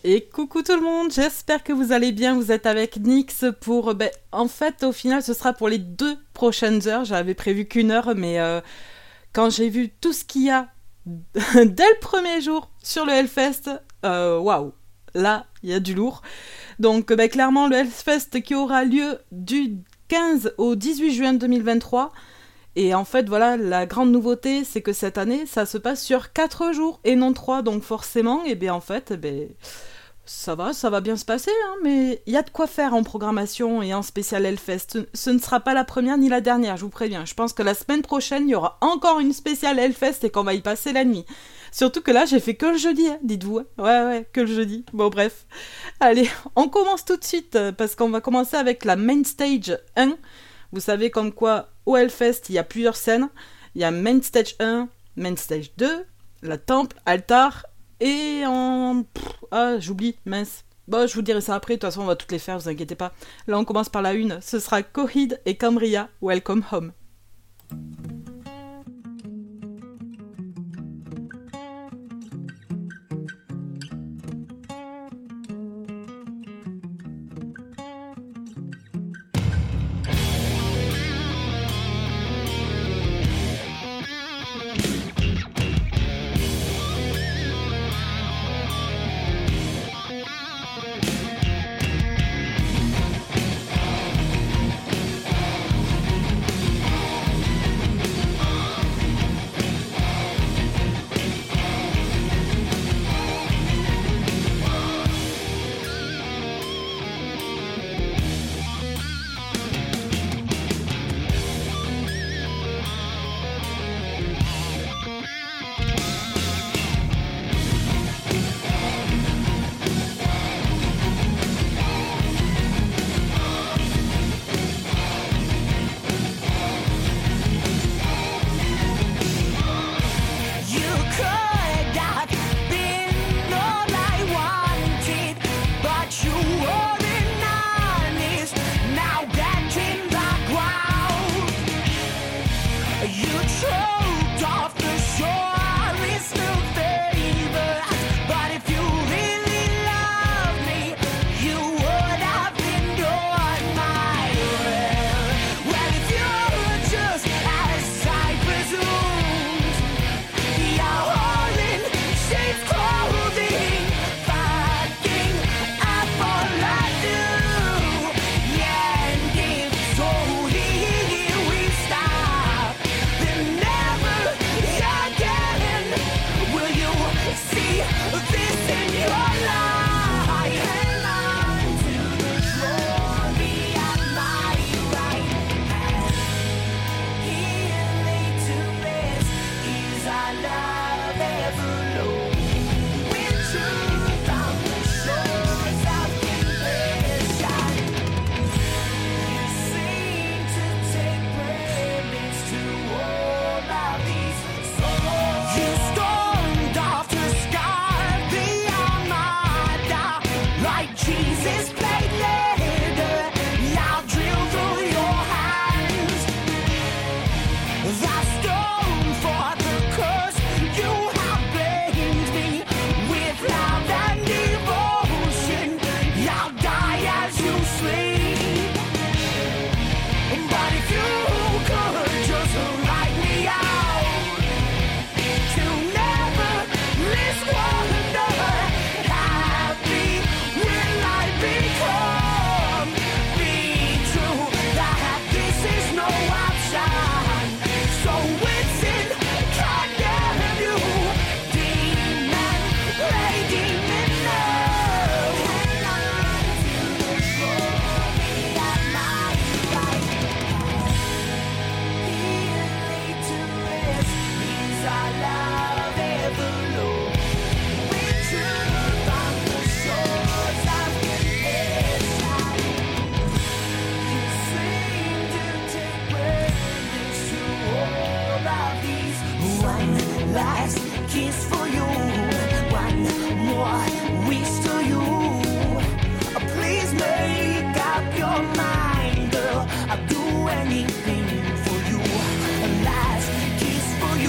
Et coucou tout le monde, j'espère que vous allez bien, vous êtes avec Nyx pour... en fait, au final, ce sera pour les 2 prochaines heures, j'avais prévu qu'1 heure, mais quand j'ai vu tout ce qu'il y a dès le premier jour sur le Hellfest, waouh, là, il y a du lourd. Donc, clairement, le Hellfest qui aura lieu du 15 au 18 juin 2023. Et en fait, voilà, la grande nouveauté, c'est que cette année, ça se passe sur 4 jours et non 3. Donc forcément, en fait, ça va bien se passer. Hein, mais il y a de quoi faire en programmation et en spécial Hellfest. Ce ne sera pas la première ni la dernière, je vous préviens. Je pense que la semaine prochaine, il y aura encore une spéciale Hellfest et qu'on va y passer la nuit. Surtout que là, j'ai fait que le jeudi, hein, dites-vous. Ouais, que le jeudi. Bon, bref. Allez, on commence tout de suite, parce qu'on va commencer avec la Main Stage 1. Vous savez comme quoi, au Hellfest, il y a plusieurs scènes. Il y a Main Stage 1, Main Stage 2, la temple, altar, et j'oublie, mince. Bon, je vous dirai ça après, de toute façon, on va toutes les faire, vous inquiétez pas. Là, on commence par la 1. Ce sera Coheed et Cambria, Welcome Home.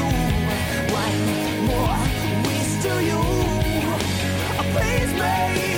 Please make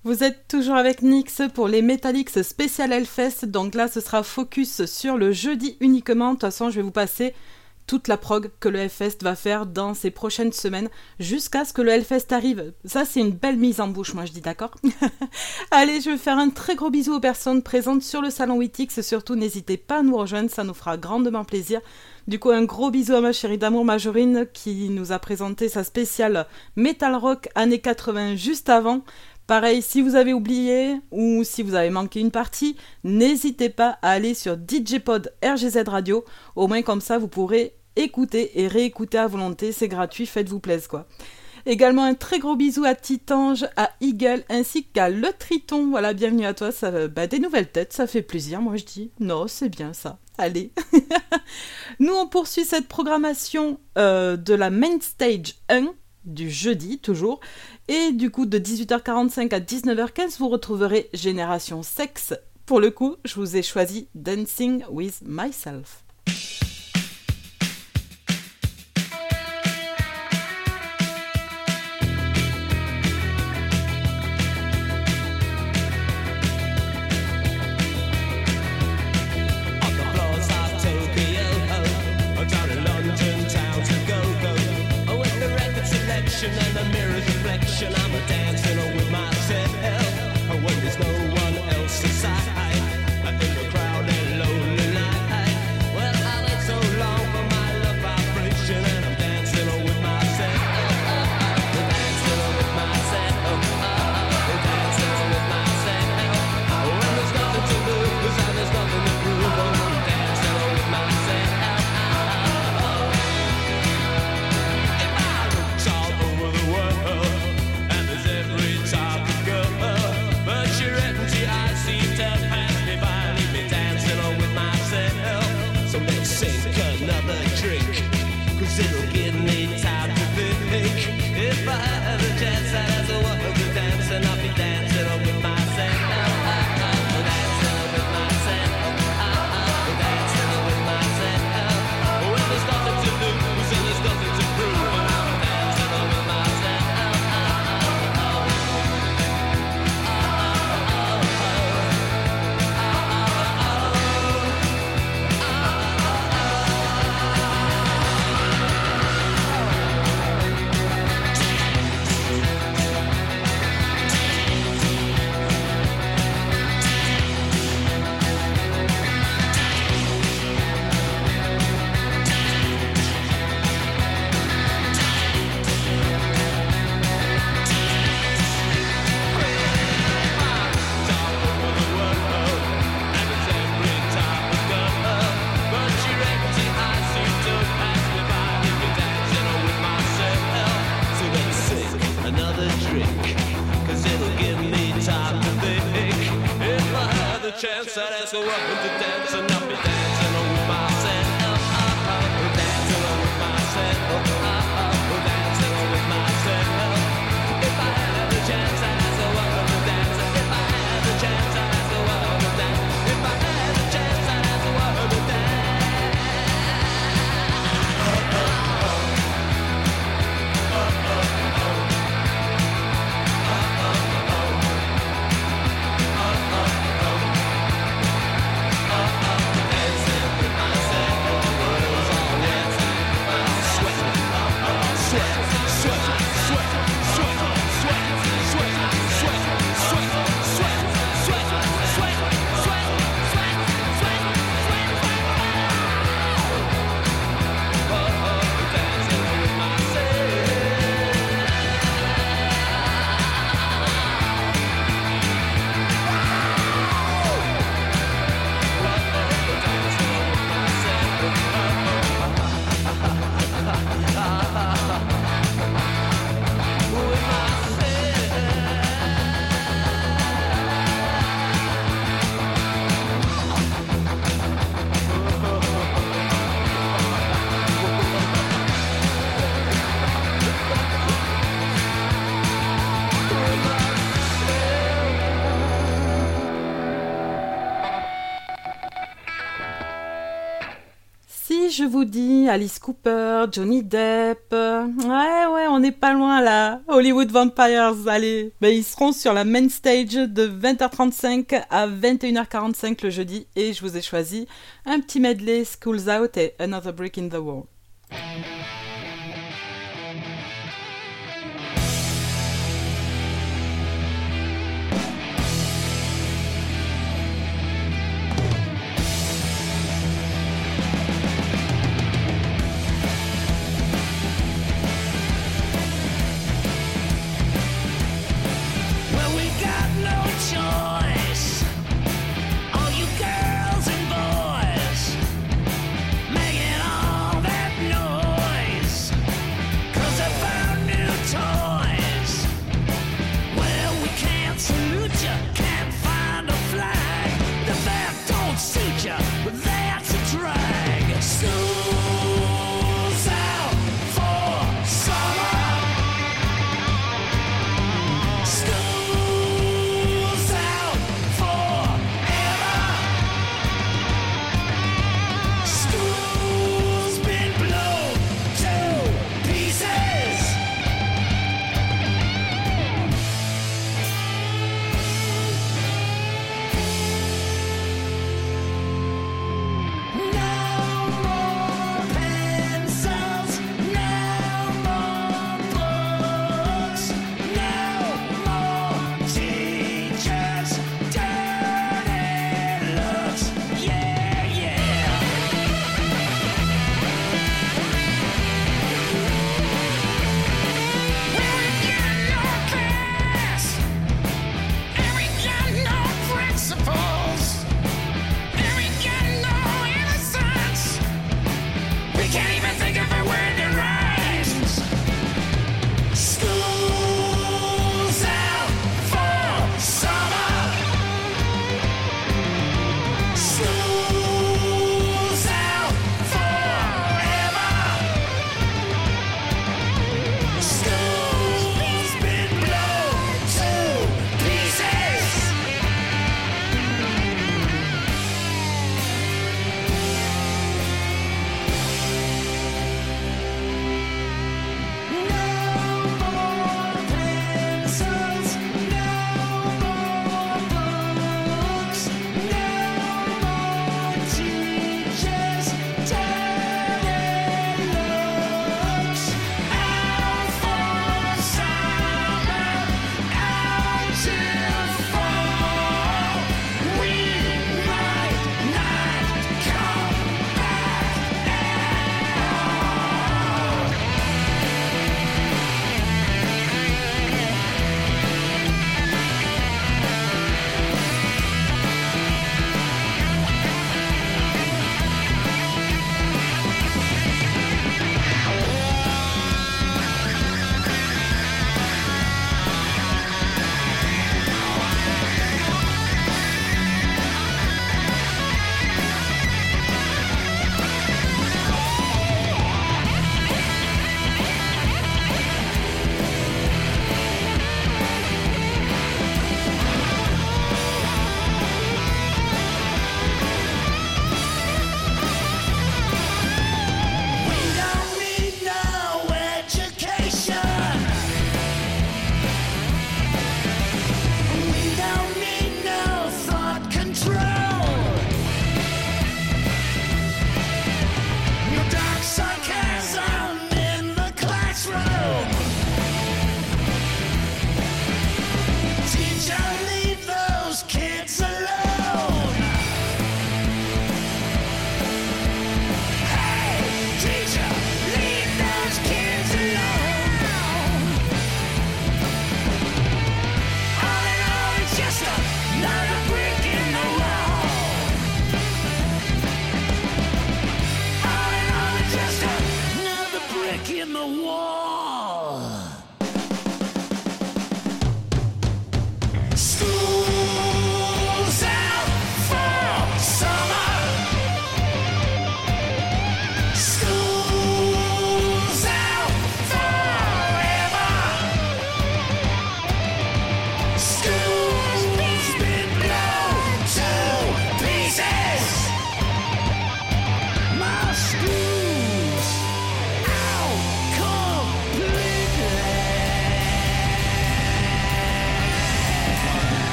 Vous êtes toujours avec Nyx pour les Metallics spécial Hellfest, donc là ce sera focus sur le jeudi uniquement. De toute façon je vais vous passer toute la prog que le Hellfest va faire dans ces prochaines semaines jusqu'à ce que le Hellfest arrive. Ça c'est une belle mise en bouche, moi je dis, d'accord. Allez, je vais faire un très gros bisou aux personnes présentes sur le salon Wittix, surtout n'hésitez pas à nous rejoindre, ça nous fera grandement plaisir. Du coup, un gros bisou à ma chérie d'amour Majorine qui nous a présenté sa spéciale Metal Rock années 80 juste avant. Pareil, si vous avez oublié ou si vous avez manqué une partie, n'hésitez pas à aller sur DJpod RGZ Radio. Au moins comme ça, vous pourrez écouter et réécouter à volonté. C'est gratuit, faites-vous plaisir quoi. Également un très gros bisou à Titange, à Eagle ainsi qu'à Le Triton. Voilà, bienvenue à toi. Ça, des nouvelles têtes, ça fait plaisir, moi je dis. Non, c'est bien ça. Allez. Nous, on poursuit cette programmation de la Main Stage 1 du jeudi, toujours. Et du coup, de 18h45 à 19h15, vous retrouverez Génération Sexe. Pour le coup, je vous ai choisi Dancing with Myself. And the mirror's reflection, I'm a dancing with myself. When there's no one else inside, in the crowded lonely night. Well, I wait so long for my love vibration, and I'm dancing with myself. Dancing with myself. Dancing with myself. When there's nothing to lose and there's nothing to prove, I'm dancing with myself. It'll give me time to think. If I had a chance, I'd as a woman to dance, and I'll be dancing with myself. Dancing with myself. Dancing with myself. When there's nothing to lose and there's nothing to prove, I'm dancing with myself. Chance that as a woman to dance, and I'll be dancing with myself. Dancing with myself. Dancing with myself. If I had the chance as a woman to dance, if I had the chance as a woman to dance, if I had the chance as a woman to dance. je vous dis Alice Cooper, Johnny Depp, ouais, on n'est pas loin là. Hollywood Vampires, allez, ils seront sur la main stage de 20h35 à 21h45 le jeudi et je vous ai choisi un petit medley School's Out et Another Brick in the Wall. Making all that noise.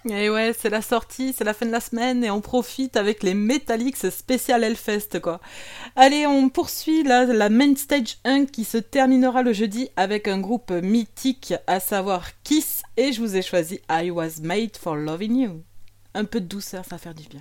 Et ouais, c'est la sortie, c'est la fin de la semaine et on profite avec les Metallics spécial Hellfest quoi. Allez, on poursuit la main stage 1 qui se terminera le jeudi avec un groupe mythique à savoir Kiss et je vous ai choisi I Was Made for Loving You. Un peu de douceur, ça va faire du bien.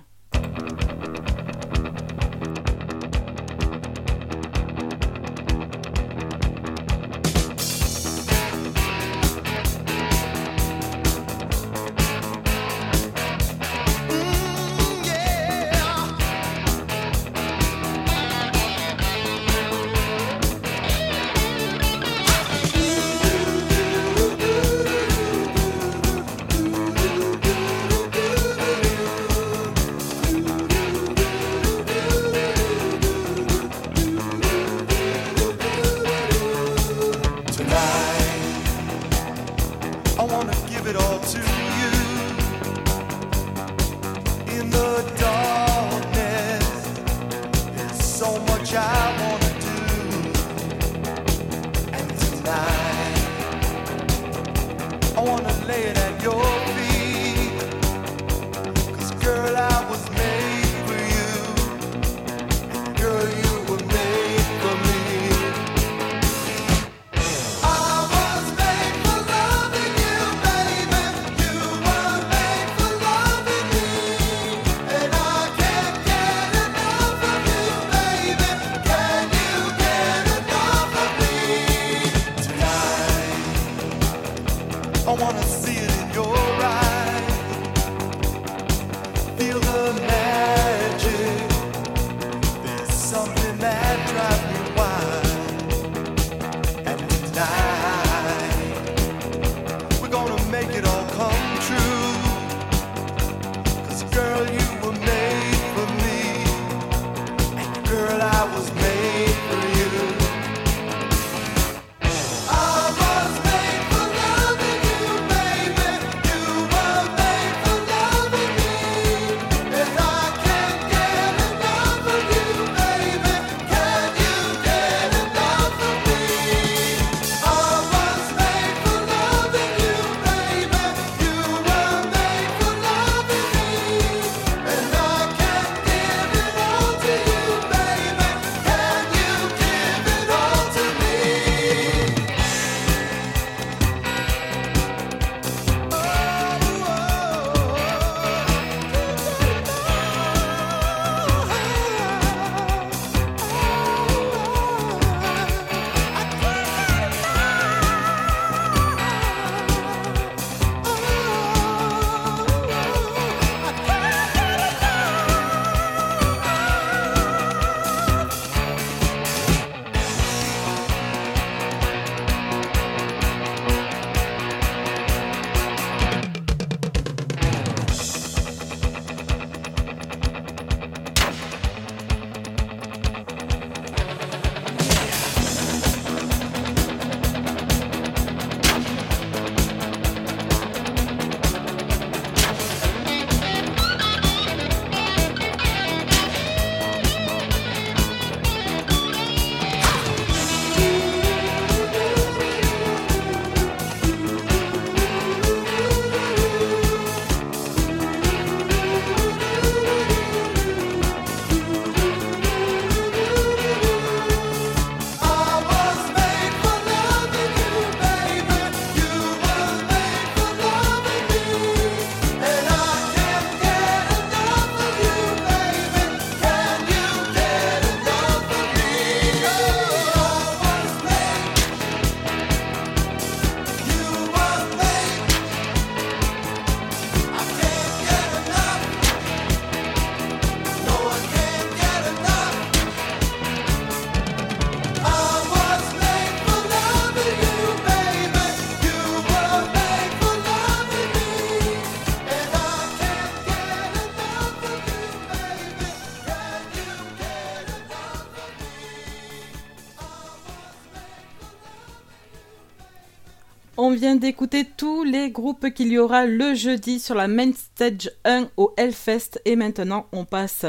On vient d'écouter tous les groupes qu'il y aura le jeudi sur la Main Stage 1 au Hellfest. Et maintenant, on passe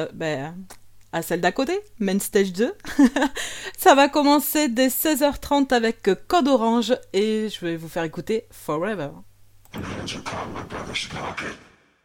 à celle d'à côté, Main Stage 2. Ça va commencer dès 16h30 avec Code Orange et je vais vous faire écouter Forever.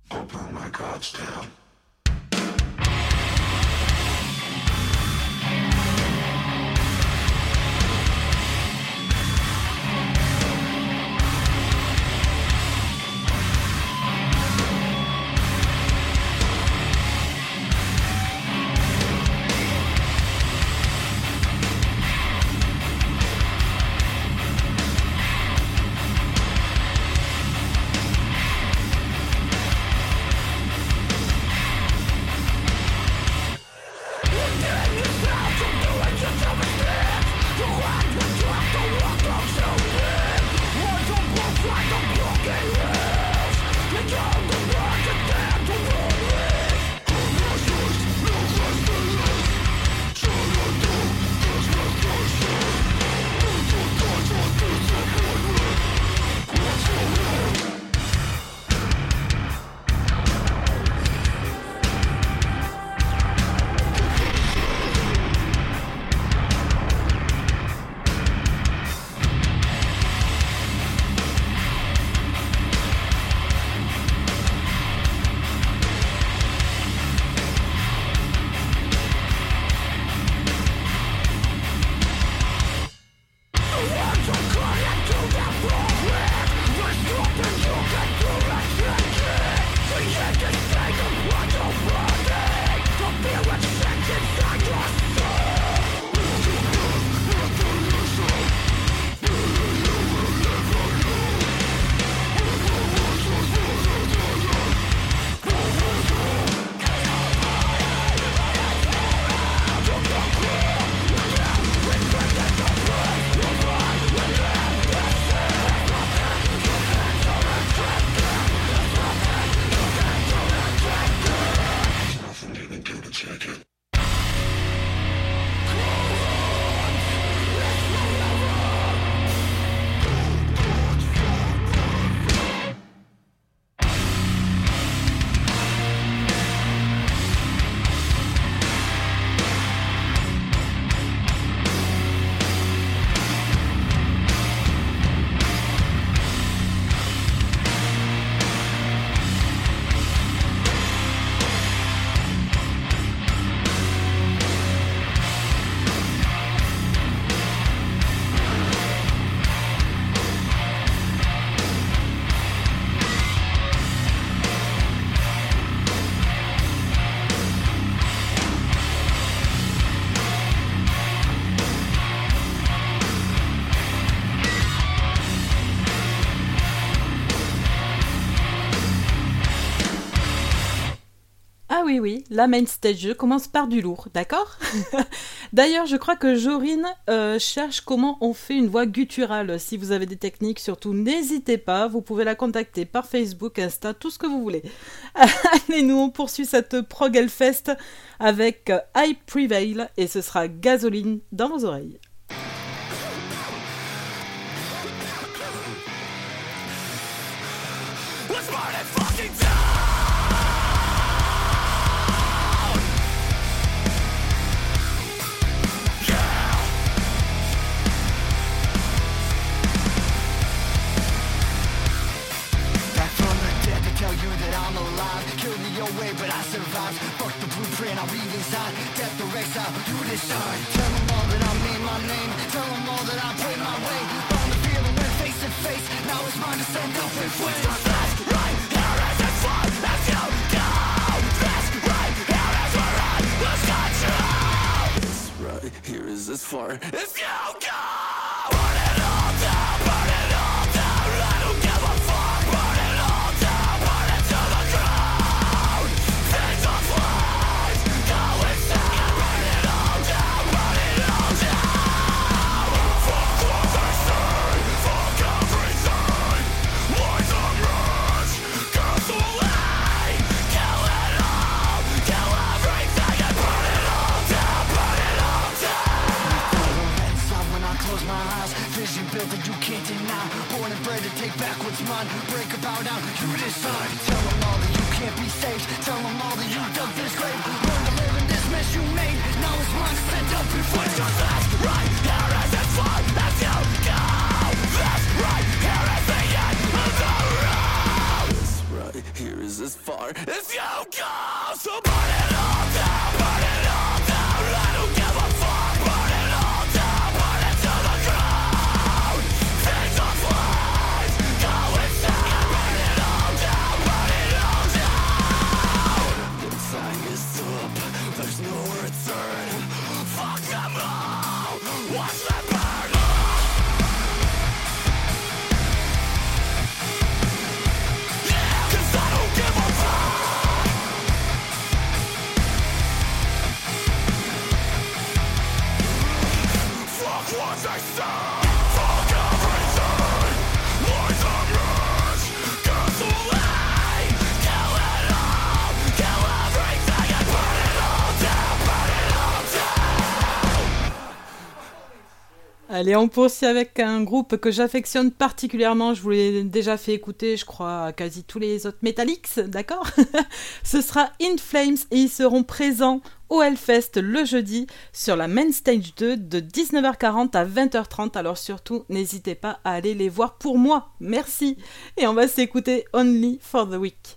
Oui, la main stage commence par du lourd, d'accord? D'ailleurs, je crois que Jorine cherche comment on fait une voix gutturale. Si vous avez des techniques, surtout n'hésitez pas, vous pouvez la contacter par Facebook, Insta, tout ce que vous voulez. Allez, nous on poursuit cette prog Hellfest avec I Prevail et ce sera Gasoline dans vos oreilles. But I survived. Fuck the blueprint, I'll read inside. Death the race out, you decide. Tell them all that I made my name. Tell them all that I played my way. Found the feeling went face to face. Now it's mine to send up in flames. That's right, here as it's fun as you go. That's right, here as we're on the control. That's right, here is as far as you go. Burn it all down, burn it all down. I don't give a fuck. Burn it all down, burn it to the ground. Take back what's mine, break a bow down, you decide. Tell them all that you can't be saved. Tell them all that you dug this grave. Learn to live in this mess you made. Now it's mine to send up in flames. That's right, here as it's far as you go. That's right, here is the end of the road. That's right, here is as far Allez, on poursuit avec un groupe que j'affectionne particulièrement. Je vous l'ai déjà fait écouter, je crois, à quasi tous les autres Metallics, d'accord? Ce sera In Flames et ils seront présents au Hellfest le jeudi sur la Main Stage 2 de 19h40 à 20h30. Alors surtout, n'hésitez pas à aller les voir pour moi. Merci. Et on va s'écouter Only for the Week.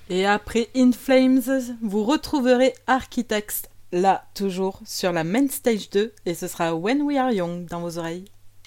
Et après In Flames, vous retrouverez Architects, là, toujours, sur la Main Stage 2, et ce sera When We Are Young dans vos oreilles.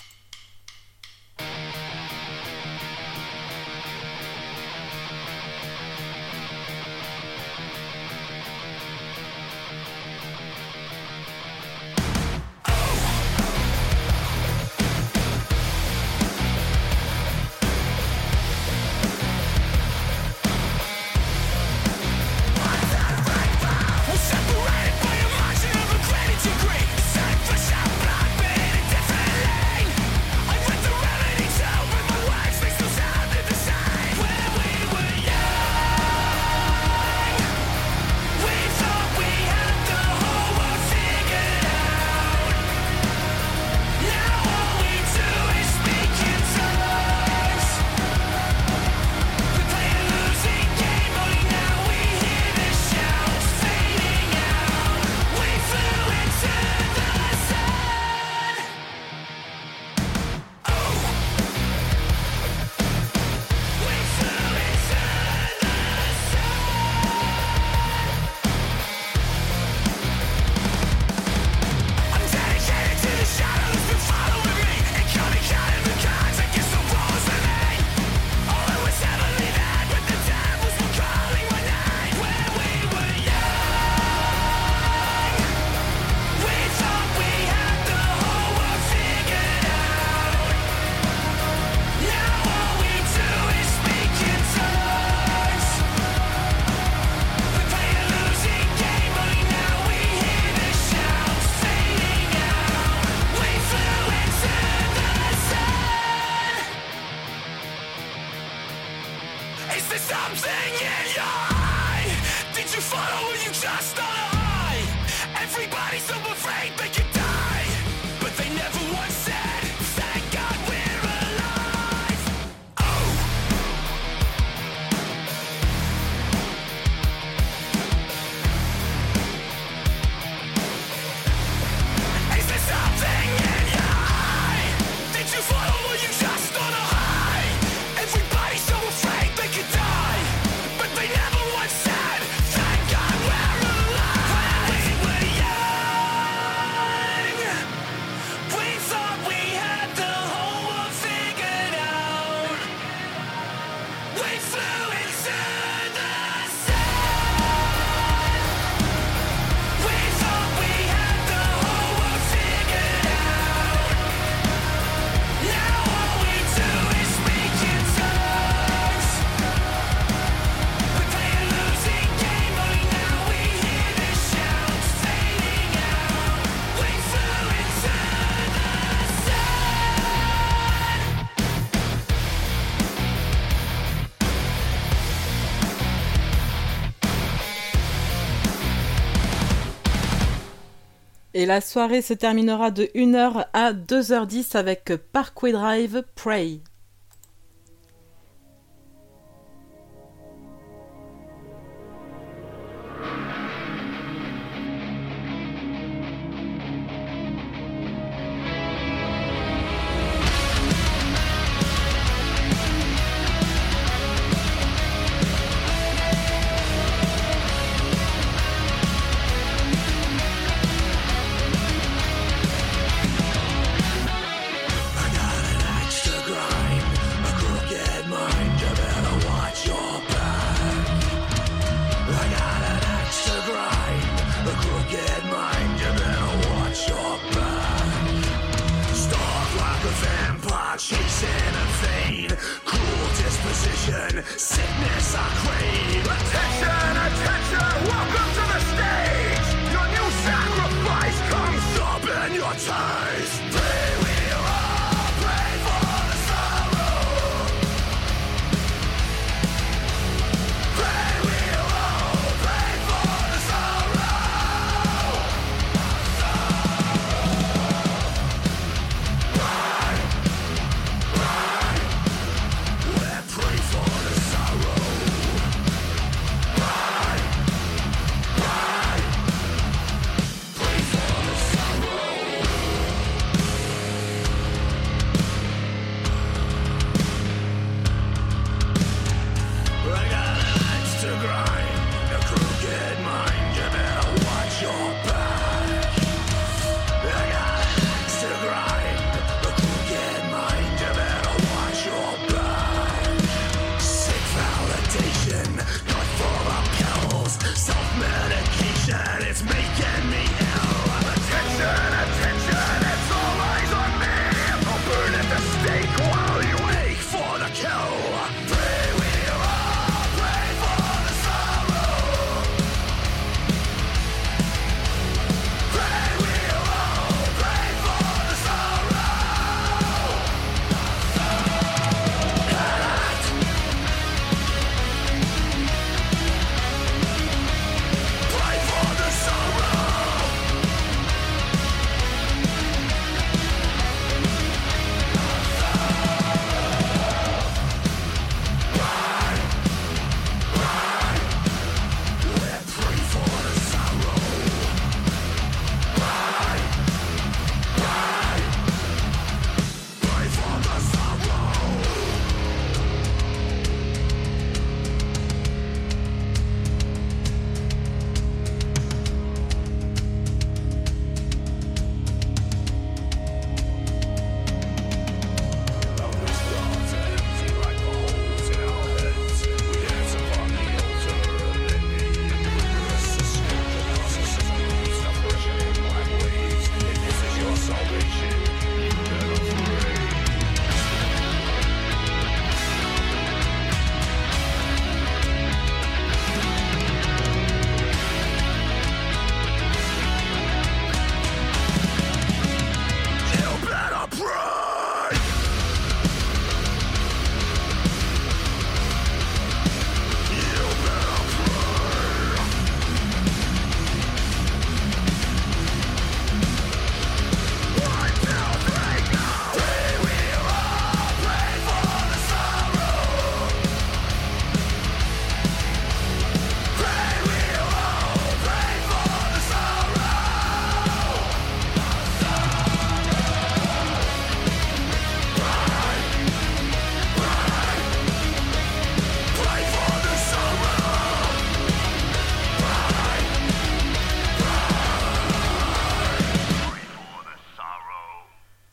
Et la soirée se terminera de 1h à 2h10 avec Parkway Drive, Pray.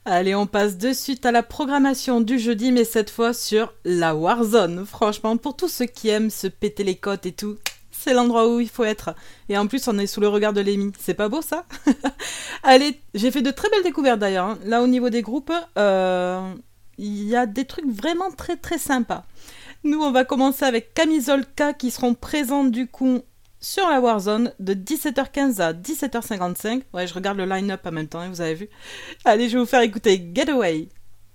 Allez, on passe de suite à la programmation du jeudi, mais cette fois sur la Warzone. Franchement, pour tous ceux qui aiment se péter les côtes et tout, c'est l'endroit où il faut être. Et en plus, on est sous le regard de Lémi. C'est pas beau, ça? Allez, j'ai fait de très belles découvertes d'ailleurs. Hein. Là, au niveau des groupes, il y a des trucs vraiment très très sympas. Nous, on va commencer avec Camisole K qui seront présents du coup sur la Warzone de 17h15 à 17h55. Ouais, je regarde le line-up en même temps, hein, vous avez vu. Allez, je vais vous faire écouter Getaway.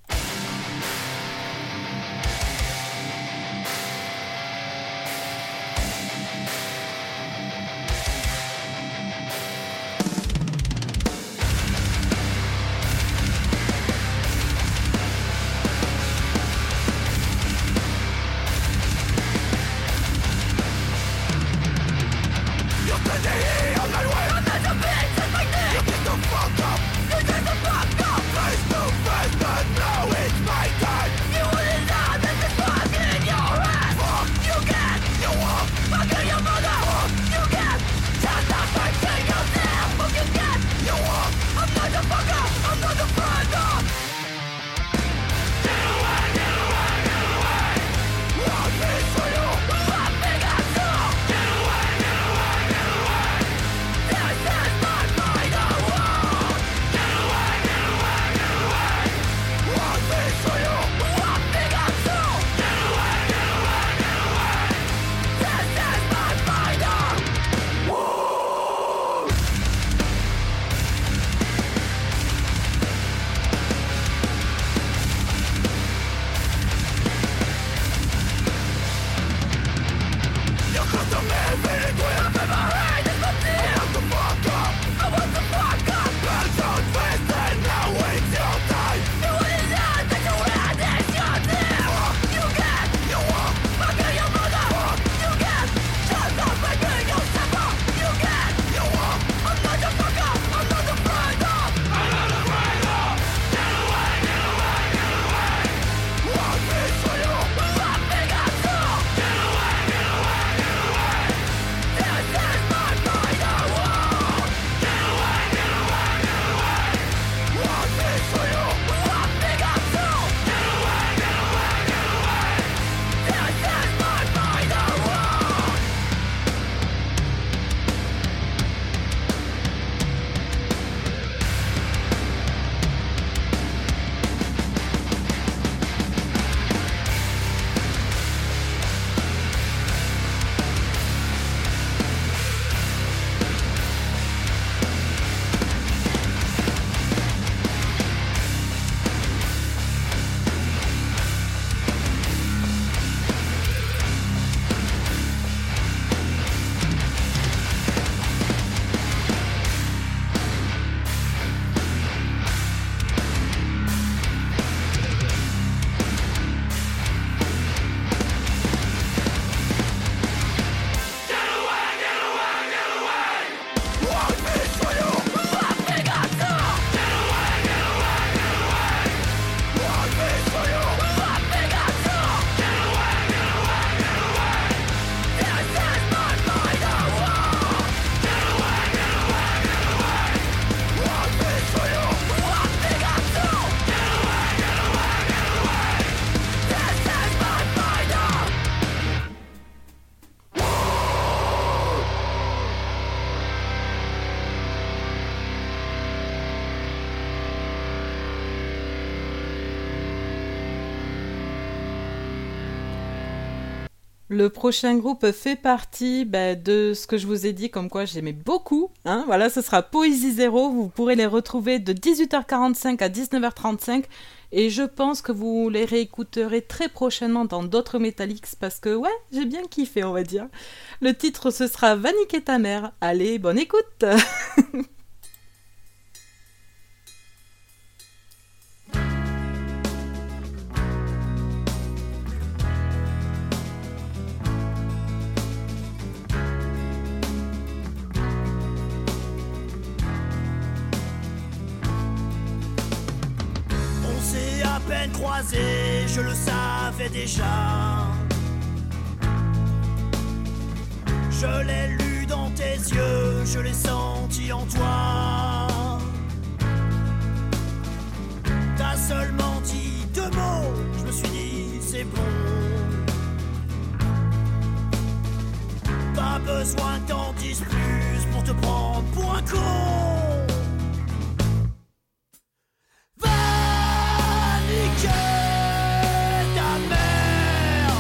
Le prochain groupe fait partie de ce que je vous ai dit, comme quoi j'aimais beaucoup. Hein, voilà, ce sera Poésie Zéro. Vous pourrez les retrouver de 18h45 à 19h35. Et je pense que vous les réécouterez très prochainement dans d'autres Metallics parce que, ouais, j'ai bien kiffé, on va dire. Le titre, ce sera Va niquer ta mère. Allez, bonne écoute. Croisé, je le savais déjà. Je l'ai lu dans tes yeux, je l'ai senti en toi. pour un con. Va niquer ta mère.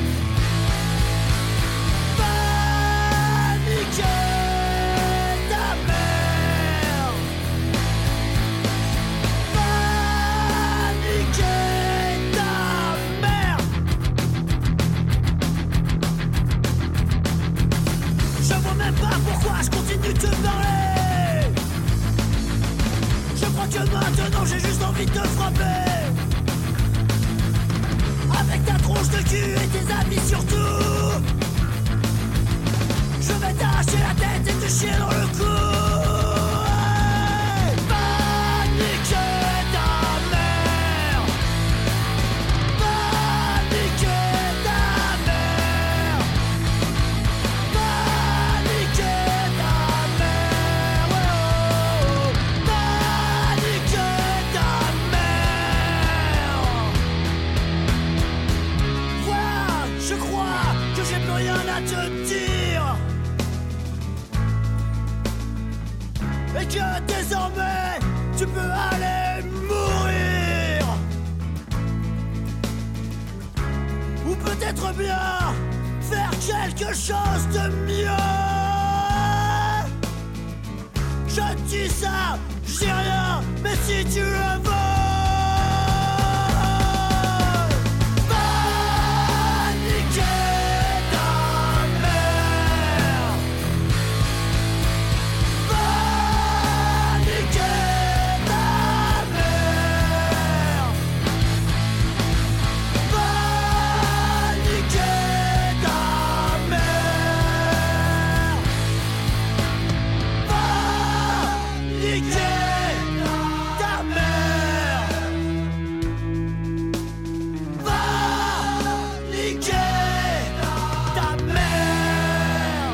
Va niquer ta mère. Va niquer ta mère. Je vois même pas pourquoi je continue de te parler. Je crois que maintenant j'ai juste envie de te frapper. Avec ta tronche de cul et tes amis surtout. Je vais t'arracher la tête et te chier dans le cou. Va niquer ta mère. Va niquer ta mère. Va niquer ta mère. Ouais, oh, oh. Va niquer ta mère. Voilà, je crois que j'ai plus rien à te dire. Et que désormais tu peux aller mourir. Ou peut-être bien faire quelque chose de mieux. Je dis ça, je dis rien, mais si tu le veux. Va niquer ta mère. Va niquer ta mère. Va niquer ta mère. Va niquer ta mère. Va niquer ta mère.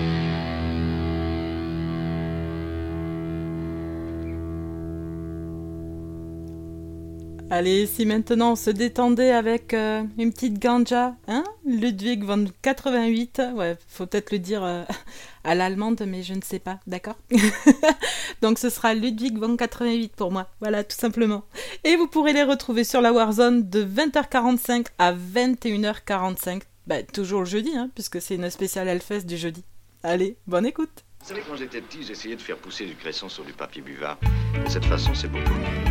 Allez, si maintenant on se détendait avec une petite ganja, hein, Ludwig von 88, ouais, faut peut-être le dire à l'allemande, mais je ne sais pas, d'accord. Donc ce sera Ludwig von 88 pour moi, voilà, tout simplement. Et vous pourrez les retrouver sur la Warzone de 20h45 à 21h45, bah, toujours le jeudi, hein, puisque c'est une spéciale Hellfest du jeudi. Allez, bonne écoute. Vous savez, quand j'étais petit, j'essayais de faire pousser du cresson sur du papier buvard. De cette façon, c'est beaucoup mieux.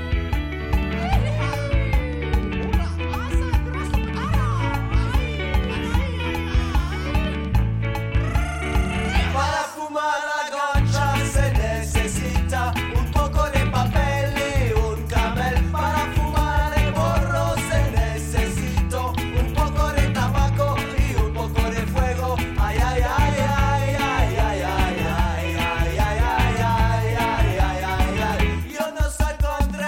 Para fumar la ganja se necesita un poco de papel y un camel. Para fumar el porro se necesita un poco de tabaco y un poco de fuego. Ay, ay, ay, ay, ay, ay, ay, ay, ay, ay, ay, ay, ay, ay, ay, ay. Yo no soy contra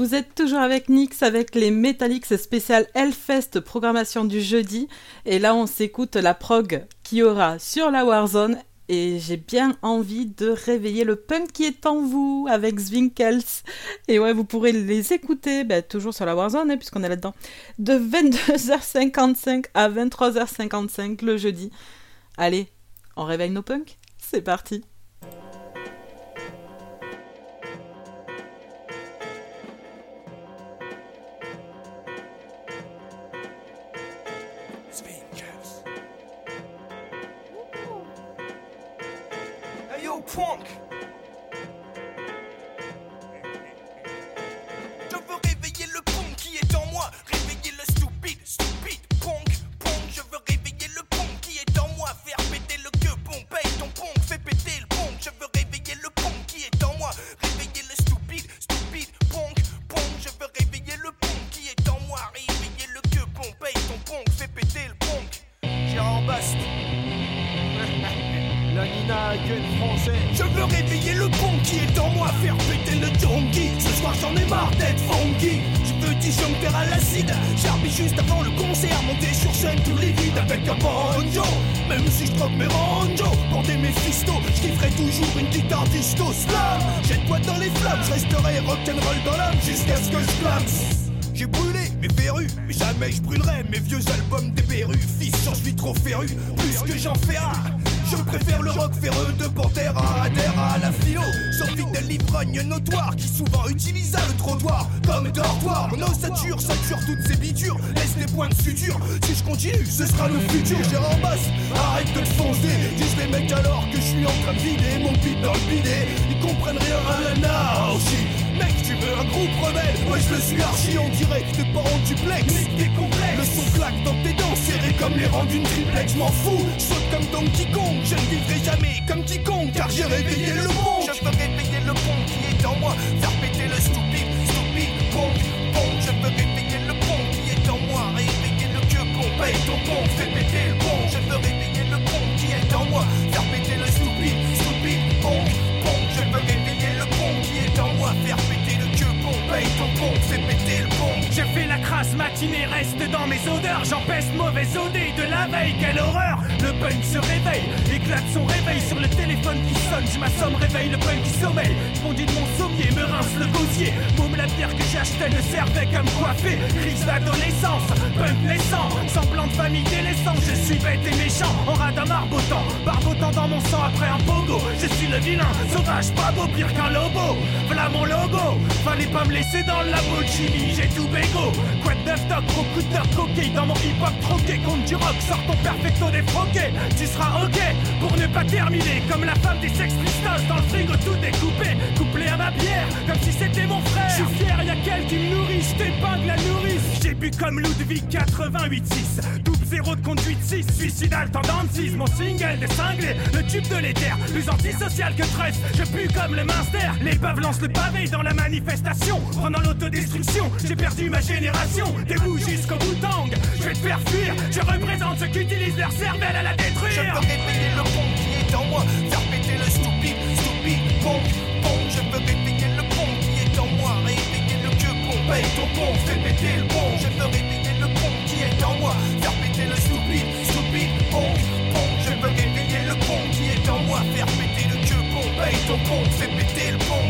vous êtes toujours avec Nyx, avec les Metallics spécial Hellfest, programmation du jeudi. Et là, on s'écoute la prog qu'il y aura sur la Warzone. Et j'ai bien envie de réveiller le punk qui est en vous avec Zwinkels. Et ouais, vous pourrez les écouter, toujours sur la Warzone, hein, puisqu'on est là-dedans, de 22h55 à 23h55 le jeudi. Allez, on réveille nos punks ? C'est parti. Hey yo, punk! Je veux réveiller le punk qui est en moi, réveiller le stupide punk. Je veux réveiller le punk qui est en moi, faire péter le queue, paye ton punk, fais péter le punk. Je veux réveiller le punk qui est en moi, réveiller le stupide punk. Je veux réveiller le punk qui est en moi, réveiller le queue, paye ton punk, fais péter le punk. Gérard Bast. La Nina Hagen français. Je veux réveiller le punk qui est en moi, faire péter le donkey. Ce soir j'en ai marre d'être funky. Je veux disjoncter à l'acide, Charlie juste avant le concert, monter sur scène tous les vides avec un banjo. Même si je troque mes ranjos, border mes fistos, je kifferai toujours une guitare disto slam. Jette-toi dans les flammes, je resterai rock'n'roll dans l'âme jusqu'à ce que je clame. J'ai brûlé mes verrues, mais jamais je brûlerai mes vieux albums des Berus. Fils, j'en suis trop féru, plus que j'en fais un. Je préfère le rock ferreux de Pantera à la philo. Sorti de l'ivrogne notoire qui souvent utilisa le trottoir comme dortoir. Mon ossature sature toutes ces bitures, laisse des points de suture. Si je continue, ce sera le futur. Gérard Bass, arrête de te foncer. Disent les mecs alors que je suis en train de vider mon beat dans le bidet. Ils comprennent rien à l'anarchie. Mec, tu veux un groupe rebelle? Ouais, je le suis archi en direct, t'es pas en duplex. T'es complexe. Le son claque dans tes dents, serré comme les rangs d'une triplex. Je m'en fous, je saute comme Donkey Kong. Je ne vivrai jamais comme quiconque, car j'ai réveillé le punk. Je veux réveiller le punk qui est en moi, faire péter le stupide punk. Je veux réveiller le punk qui est en moi, réveiller le queue con, paye ton punk, fais péter le punk. Je veux réveiller le punk qui est en moi, faire péter le stupide punk. Je veux réveiller le punk qui est en moi, faire péter le queue con, paye ton punk, fais péter le punk. Je fais la crasse matinée, reste dans mes odeurs. J'empeste mauvaise odée de la veille, quelle horreur. Le punk se réveille, éclate son réveil sur le téléphone qui sonne. Je m'assomme, réveille le punk qui sommeille. Fondit de mon sommier, me rince le gosier. Môme la bière que j'achetais ne servait qu'à me coiffer. Crise d'adolescence, punk naissant, semblant de famille délaissant. Je suis bête et méchant, en radin barbotant dans mon sang après un pogo. Je suis le vilain, sauvage, pas beau, pire qu'un lobo. Voilà mon logo, fallait pas me laisser dans le Lamborghini, j'ai tout bégo. Quoi de neuf toc, gros coup de nerf coqué. Dans mon hip-hop troqué, contre du rock, sors ton perfecto défroqué. Tu seras ok, pour ne pas terminer comme la femme des Sex Pistols. Dans le frigo tout découpé, couplé à ma bière, comme si c'était mon frère. Je suis fier, y'a qu'elle qui me nourrit, j't'épingle la nourrice. J'ai bu comme Ludwig 88.6, double zéro de conduite 6, suicidal tendance 6. Mon single des cinglés, le tube de l'éther, plus antisocial que Trust. Je pue comme le Munster, les baves lancent le pavé dans la manifestation. Pendant l'autodestruction, j'ai perdu ma génération. Debout jusqu'au bout-tang, je vais te faire fuir. Je représente ceux qui utilisent leur cervelle à la détruire. Je veux réveiller le punk qui est en moi, faire péter le stupide punk. Je veux réveiller le punk qui est en moi, réveiller le queue punk, paye ton punk, fais péter le punk. Je veux réveiller le punk qui est en moi, faire péter le stupide punk. Je veux réveiller le punk qui est en moi, faire péter le queue punk, paye ton punk, fais péter le punk.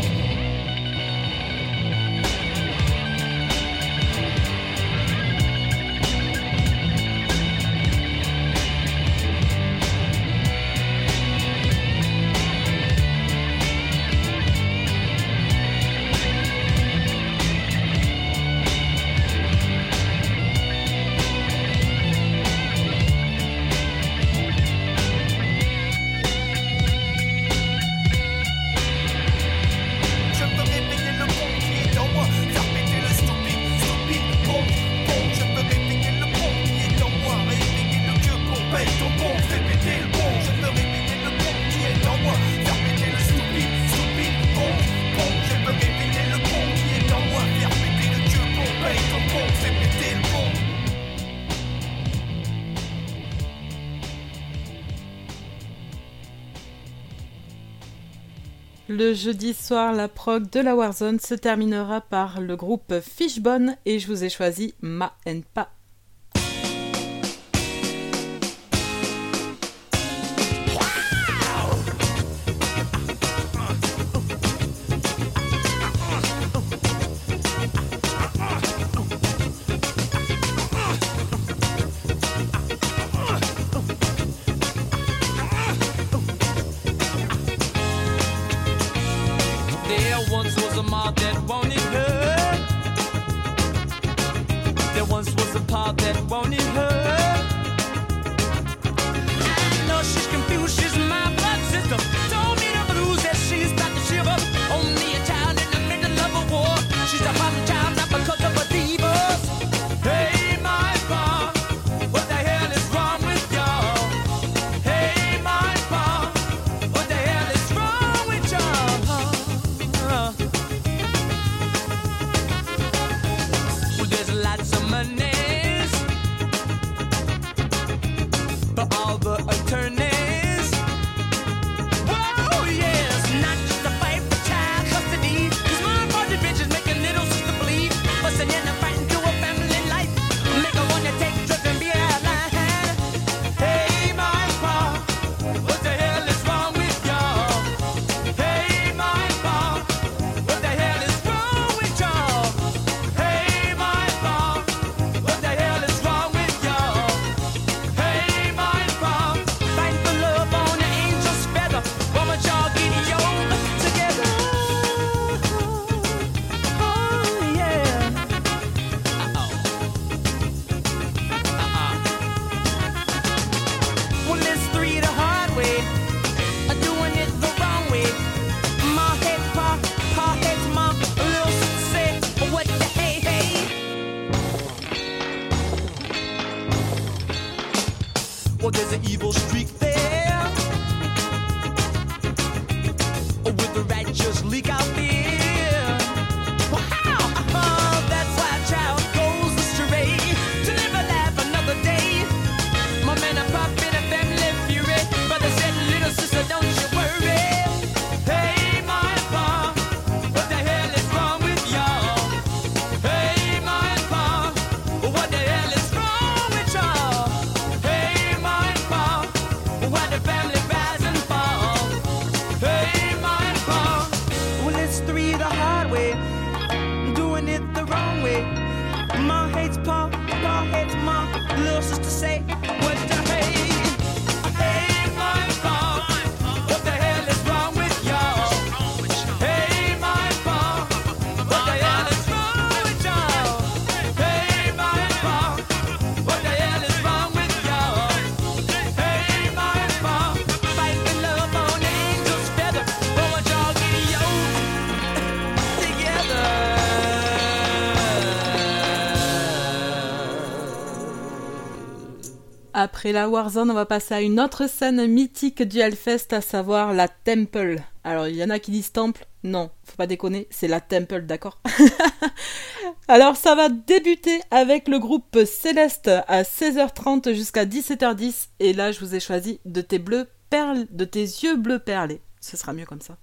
Le jeudi soir, la prog de la Warzone se terminera par le groupe Fishbone et je vous ai choisi Ma and Pa. There once was a mob that wanted her. There once was a pop that wanted her. I know she's confused, she's my blood sister. Told me the blues that she's about to shiver. Only a child in the middle of a war. She's a hot child, not because of her divas. Hey, my pa, what the hell is wrong with y'all? Hey, my pa, what the hell is wrong with y'all? Well, there's lots of monies for all the attorneys. Oh, yes, not just a fight for child custody. These mom party bitches make a little sister bleed. Busting in and fighting to a family life. Make her wanna take drugs and be out line. Hey, my pa, what the hell is wrong with y'all? Hey, my pa, what the hell is wrong with y'all? Hey, my pa, what the hell is wrong with y'all? Hey, my pa, fight for love on an angel's feather. Why don't y'all get young together? Oh, yeah. Well, it's three the hard way, doing it the wrong way. My head, pa head's ma, little sister say, what the hey, hey. Well, there's an evil streak there, with the righteous leak out there. Wow, that's why a child goes astray, to live a life another day. My man, I pop in a family fury. Brother said, little sister, don't you worry. Hey, my pa, what the hell is wrong with y'all? Hey, my pa, what the hell is wrong with y'all? Hey, my pa, why the family rise and fall? Hey, my pa, well, it's three the hard way, doing it the wrong way. Ma hates pa hates ma. Little sister say, what the hey? Hey, my pa, what the hell is wrong with y'all? Hey, my pa, what the hell is wrong with y'all? Hey, my pa, what the hell is wrong with y'all? Hey, my pa, fight for love on an angel's feather. Why don't y'all get young together? Après la Warzone, on va passer à une autre scène mythique du Hellfest, à savoir la Temple. Alors, il y en a qui disent Temple. Non, faut pas déconner, c'est la Temple, d'accord. Alors, ça va débuter avec le groupe Céleste à 16h30 jusqu'à 17h10. Et là, je vous ai choisi de tes yeux bleus perlés. Ce sera mieux comme ça.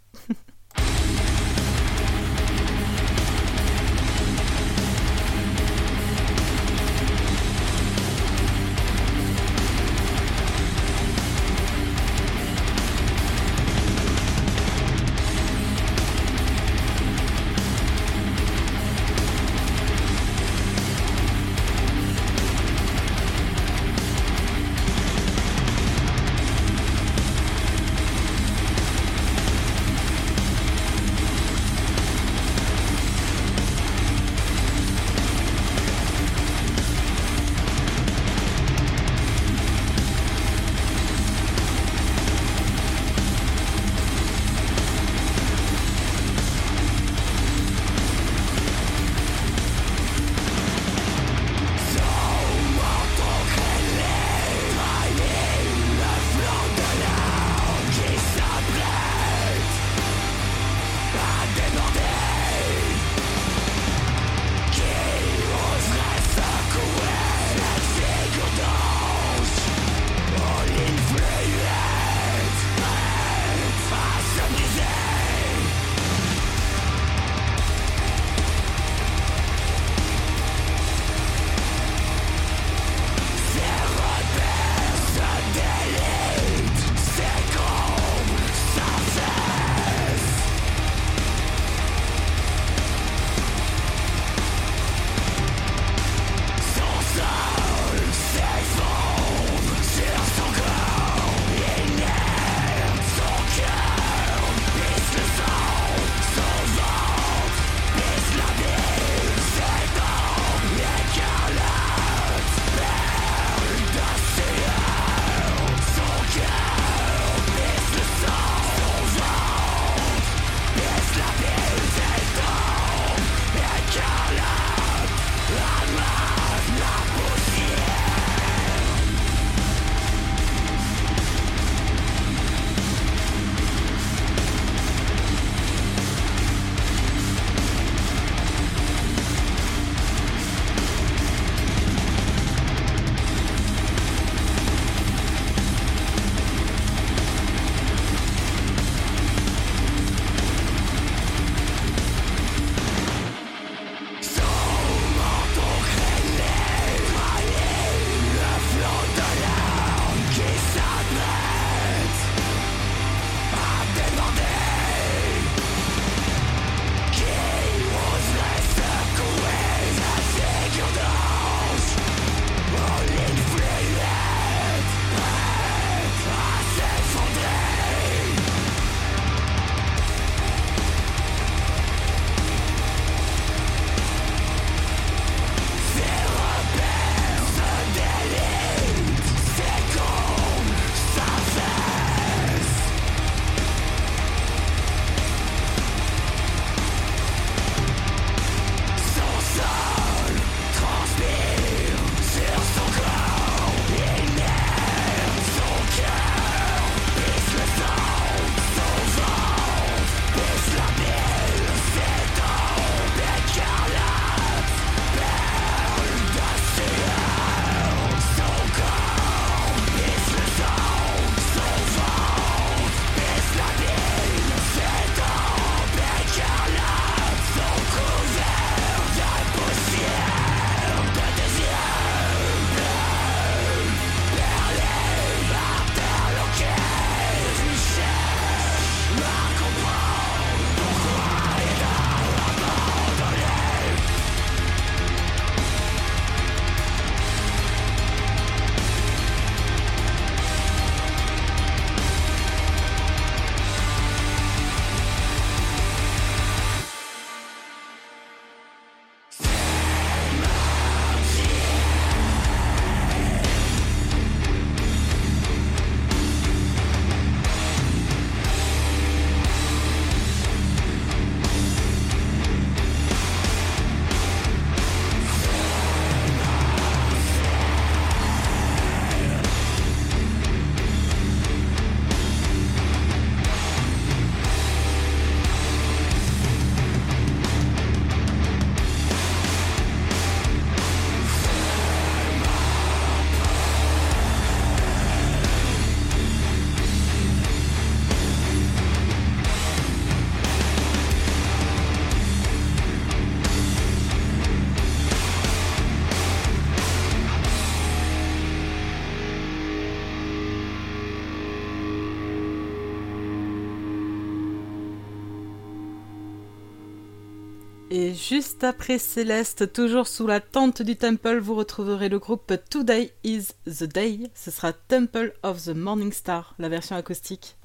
Et juste après Céleste, toujours sous la tente du Temple, vous retrouverez le groupe Today is the Day. Ce sera Temple of the Morning Star, la version acoustique.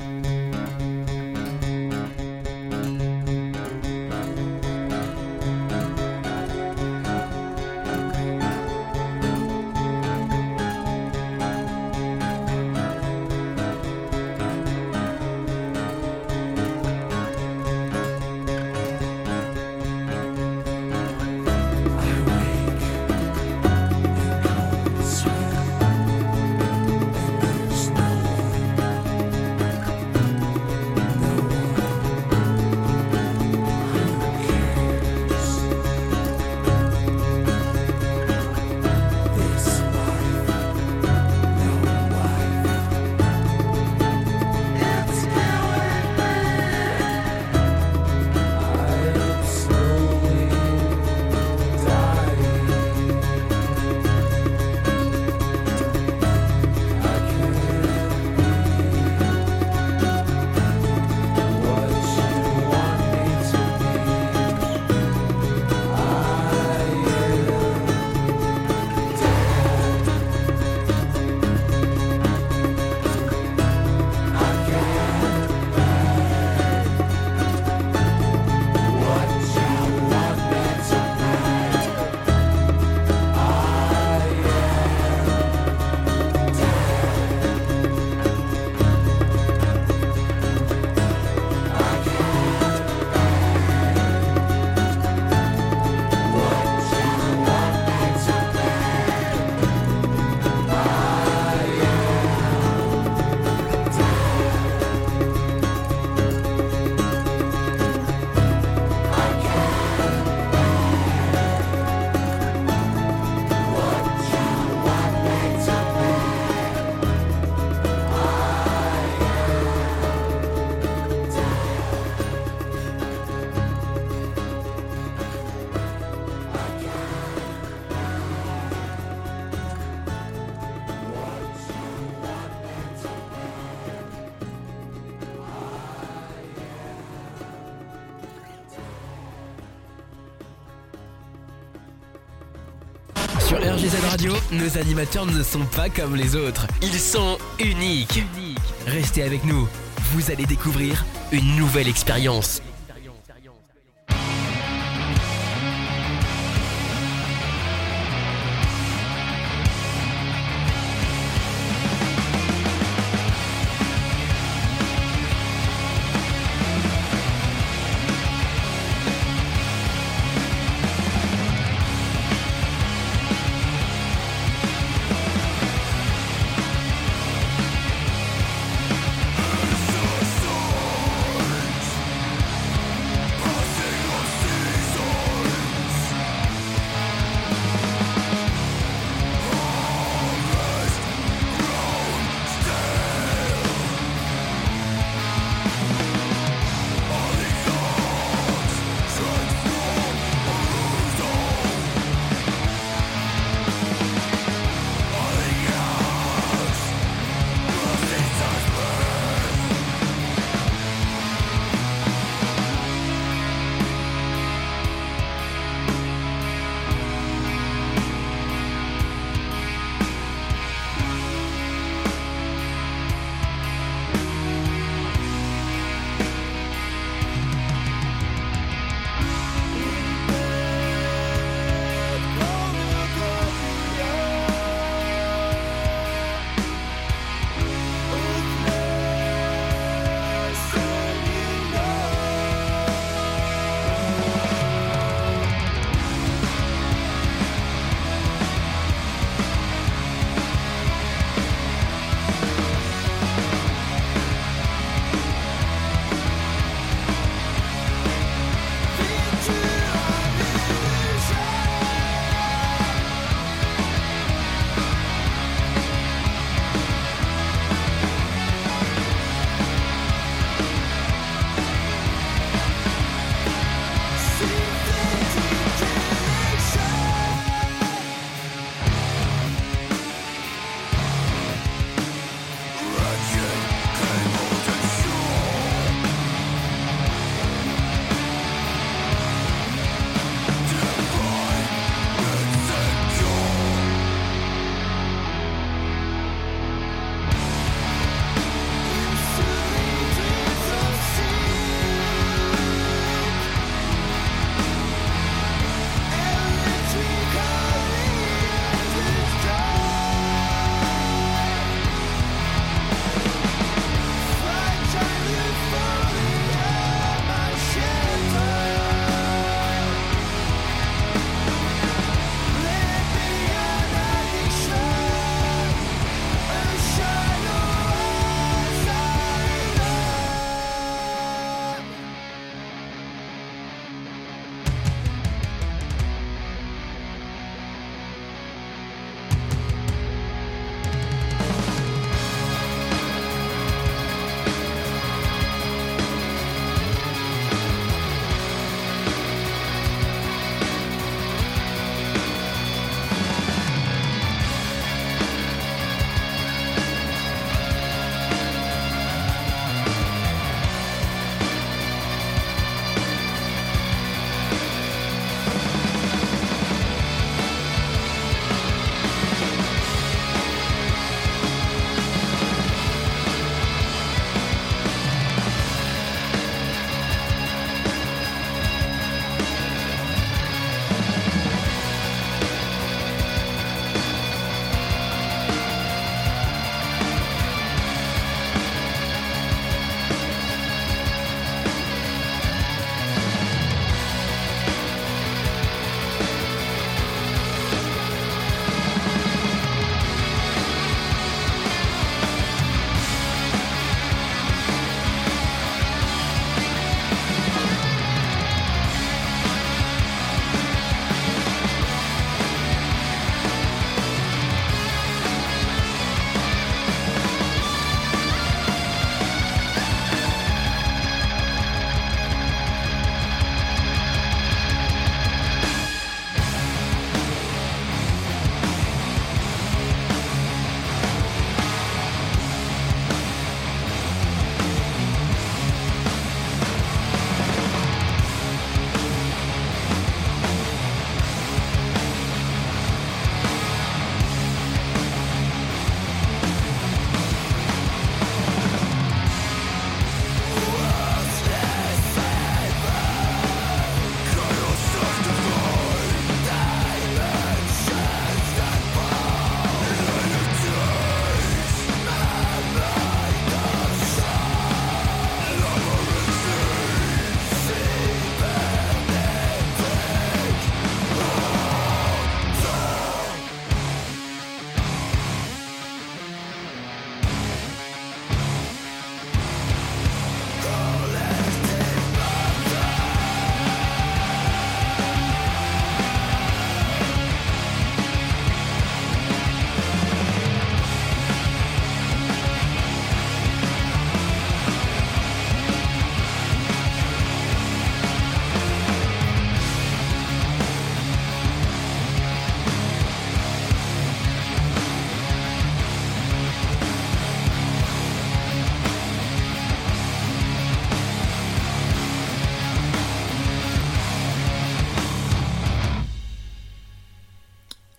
Sur RGZ Radio, nos animateurs ne sont pas comme les autres. Ils sont uniques. Restez avec nous, vous allez découvrir une nouvelle expérience.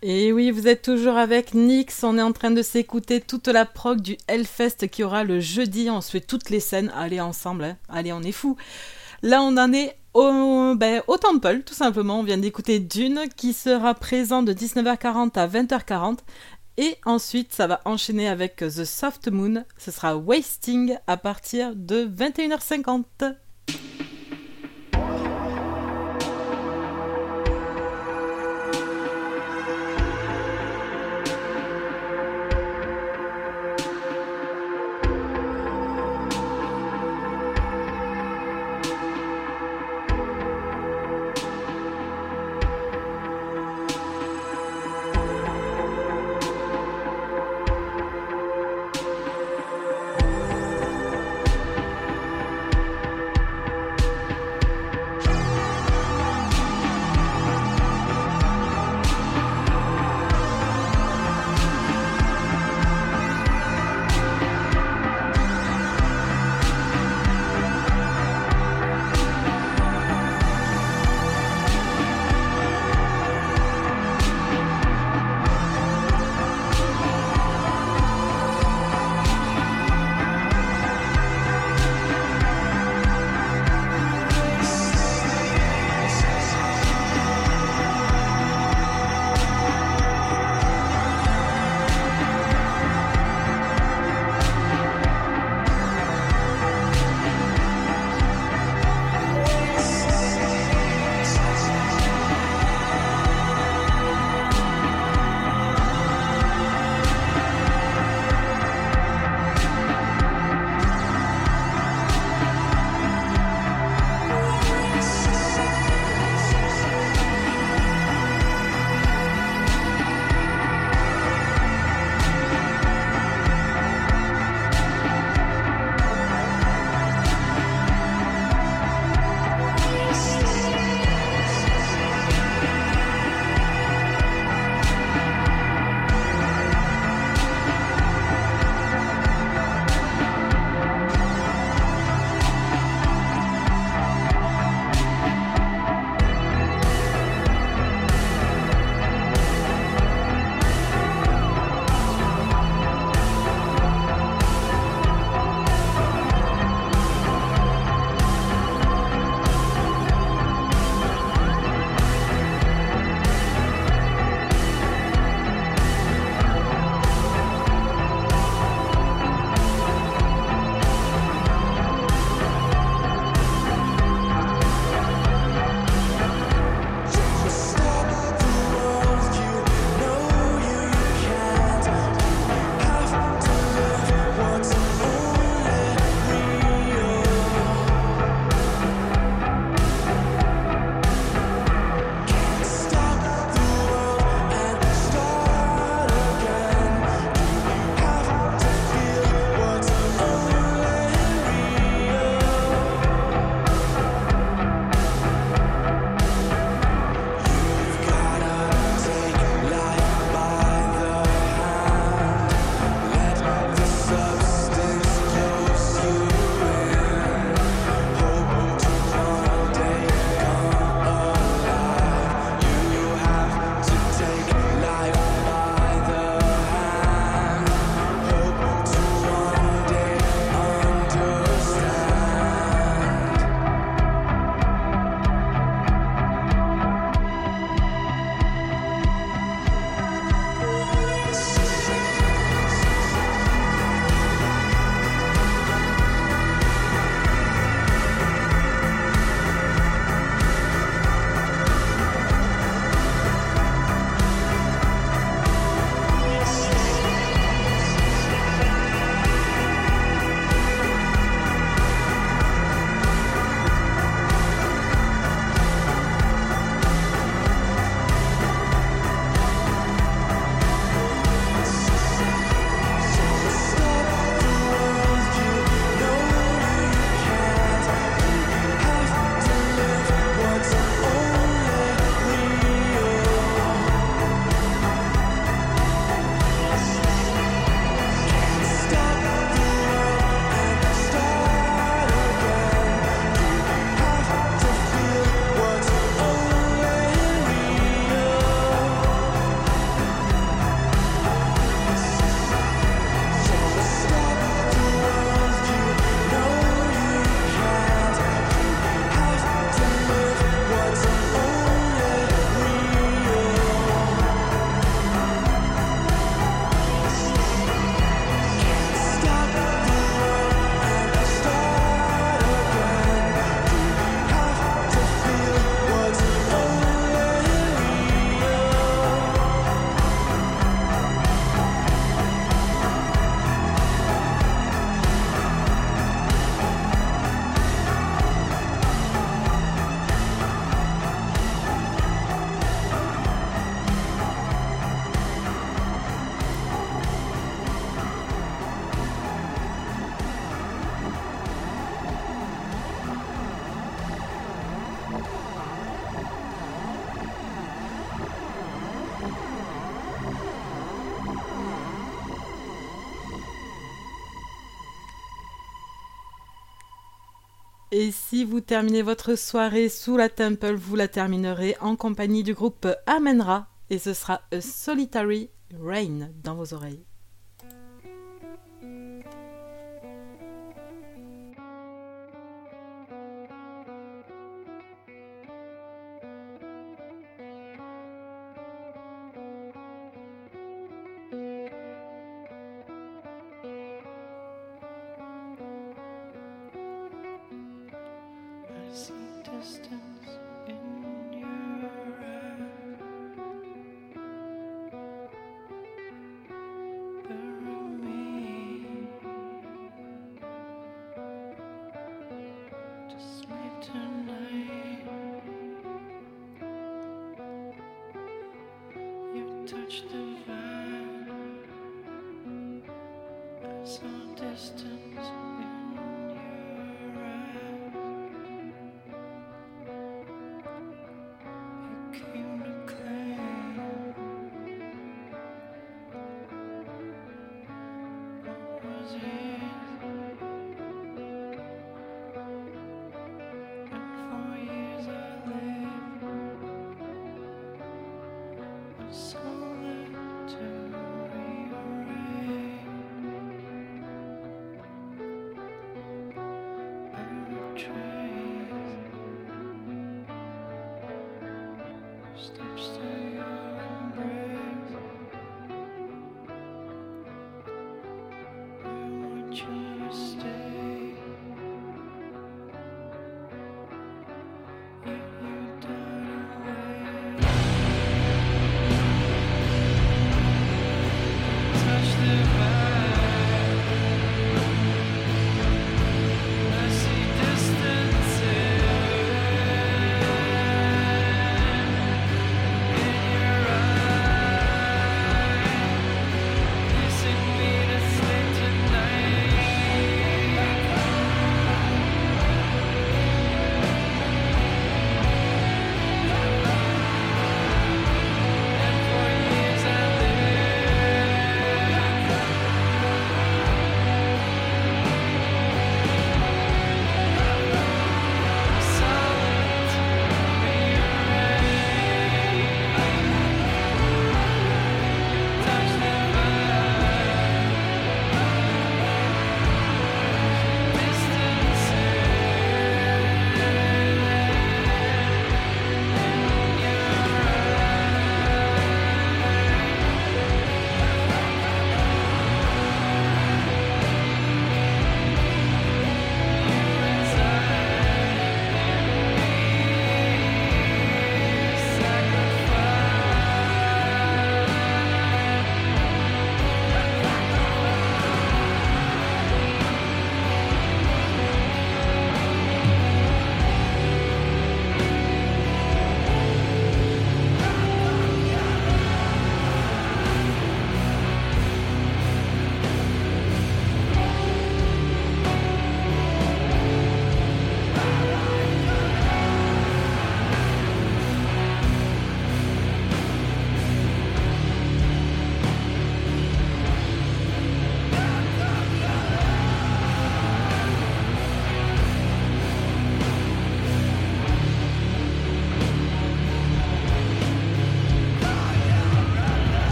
Et oui, vous êtes toujours avec Nyx, on est en train de s'écouter toute la prog du Hellfest qui aura le jeudi, on se fait toutes les scènes, allez ensemble, hein. Allez on est fous. Là on en est au Temple, tout simplement, on vient d'écouter Dune qui sera présent de 19h40 à 20h40 et ensuite ça va enchaîner avec The Soft Moon, ce sera Wasting à partir de 21h50. Et si vous terminez votre soirée sous la Temple, vous la terminerez en compagnie du groupe Amenra et ce sera A Solitary Rain dans vos oreilles. So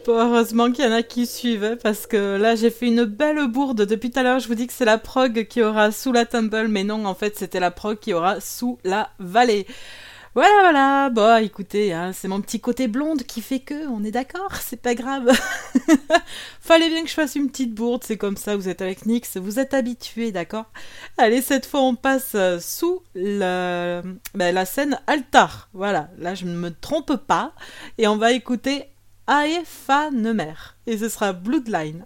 Bon, heureusement qu'il y en a qui suivent, hein, parce que là j'ai fait une belle bourde. Depuis tout à l'heure je vous dis que c'est la prog qui aura sous la tumble, mais non, en fait c'était la prog qui aura sous la vallée. Voilà, bon écoutez, hein, c'est mon petit côté blonde qui fait que, on est d'accord, c'est pas grave. Fallait bien que je fasse une petite bourde, c'est comme ça, vous êtes avec Nyx, vous êtes habitués, d'accord. Allez, cette fois on passe sous la scène altar, voilà, là je ne me trompe pas, et on va écouter Aefa Nemer, et ce sera Bloodline.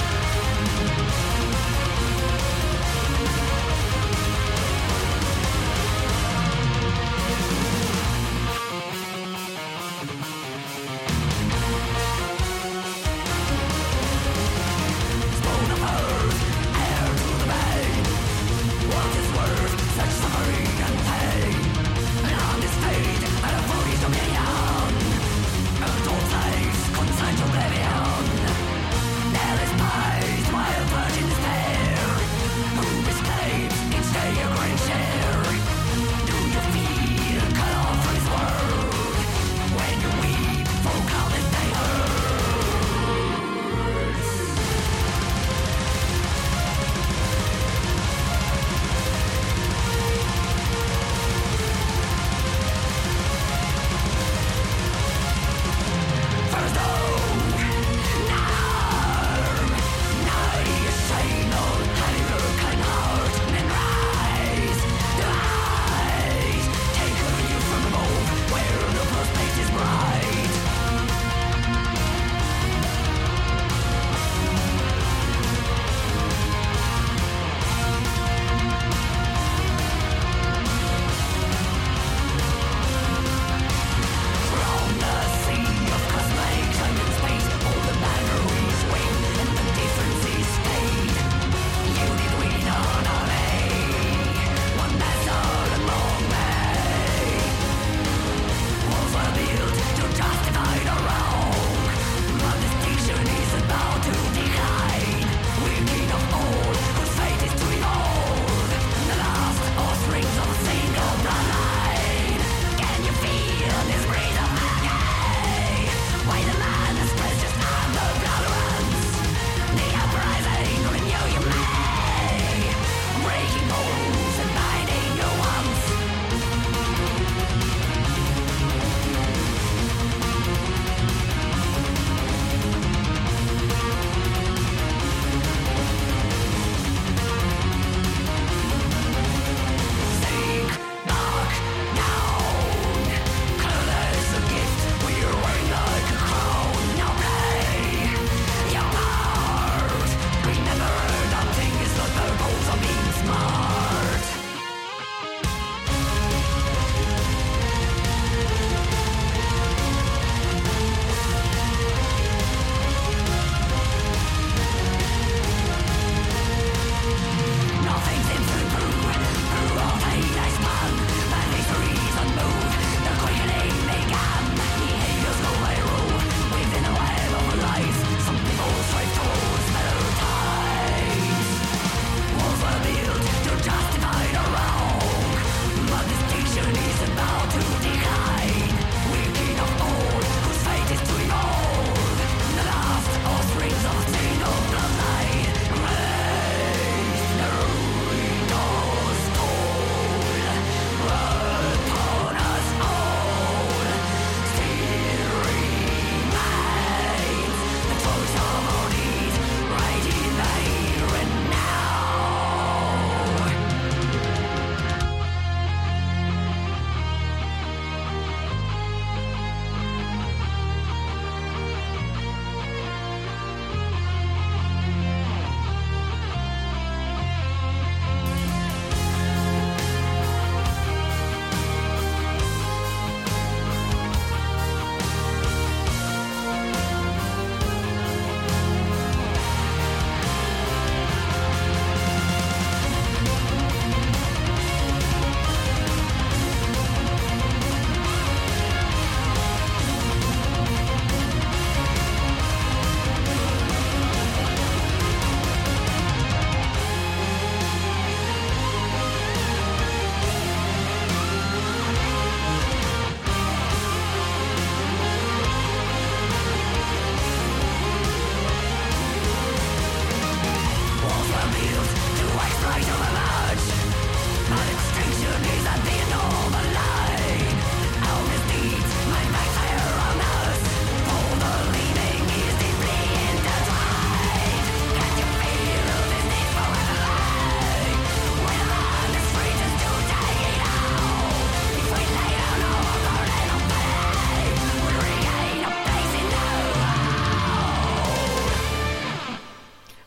Bloodline.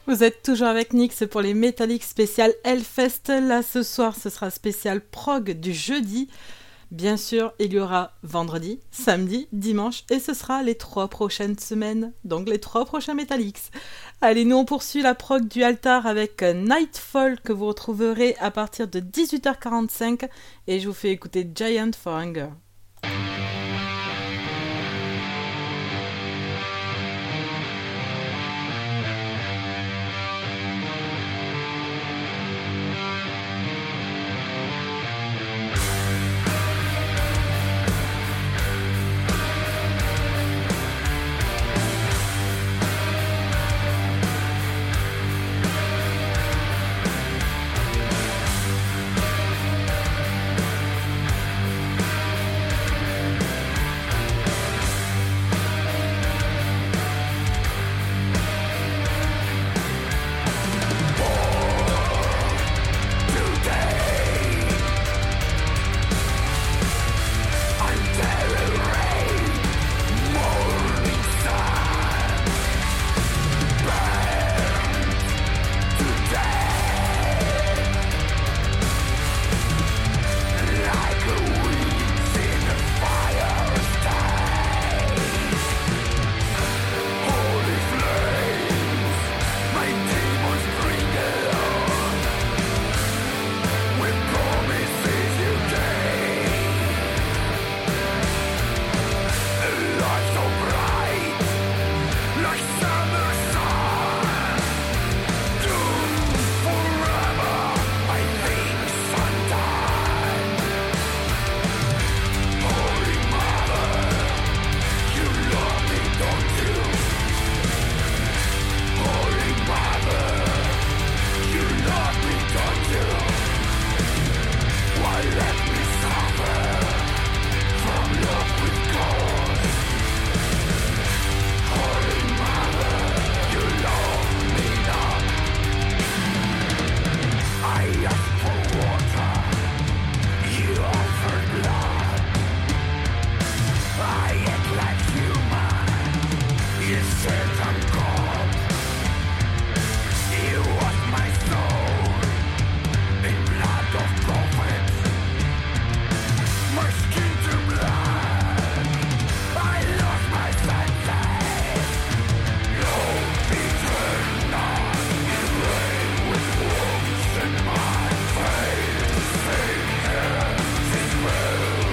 Vous êtes toujours avec Nyx pour les Metallics spécial Hellfest. Là, ce soir, ce sera spécial prog du jeudi. Bien sûr, il y aura vendredi, samedi, dimanche et ce sera les 3 prochaines semaines. Donc les 3 prochains Metallics. Allez, nous on poursuit la prog du Altar avec Nightfall que vous retrouverez à partir de 18h45 et je vous fais écouter Giant for Hunger.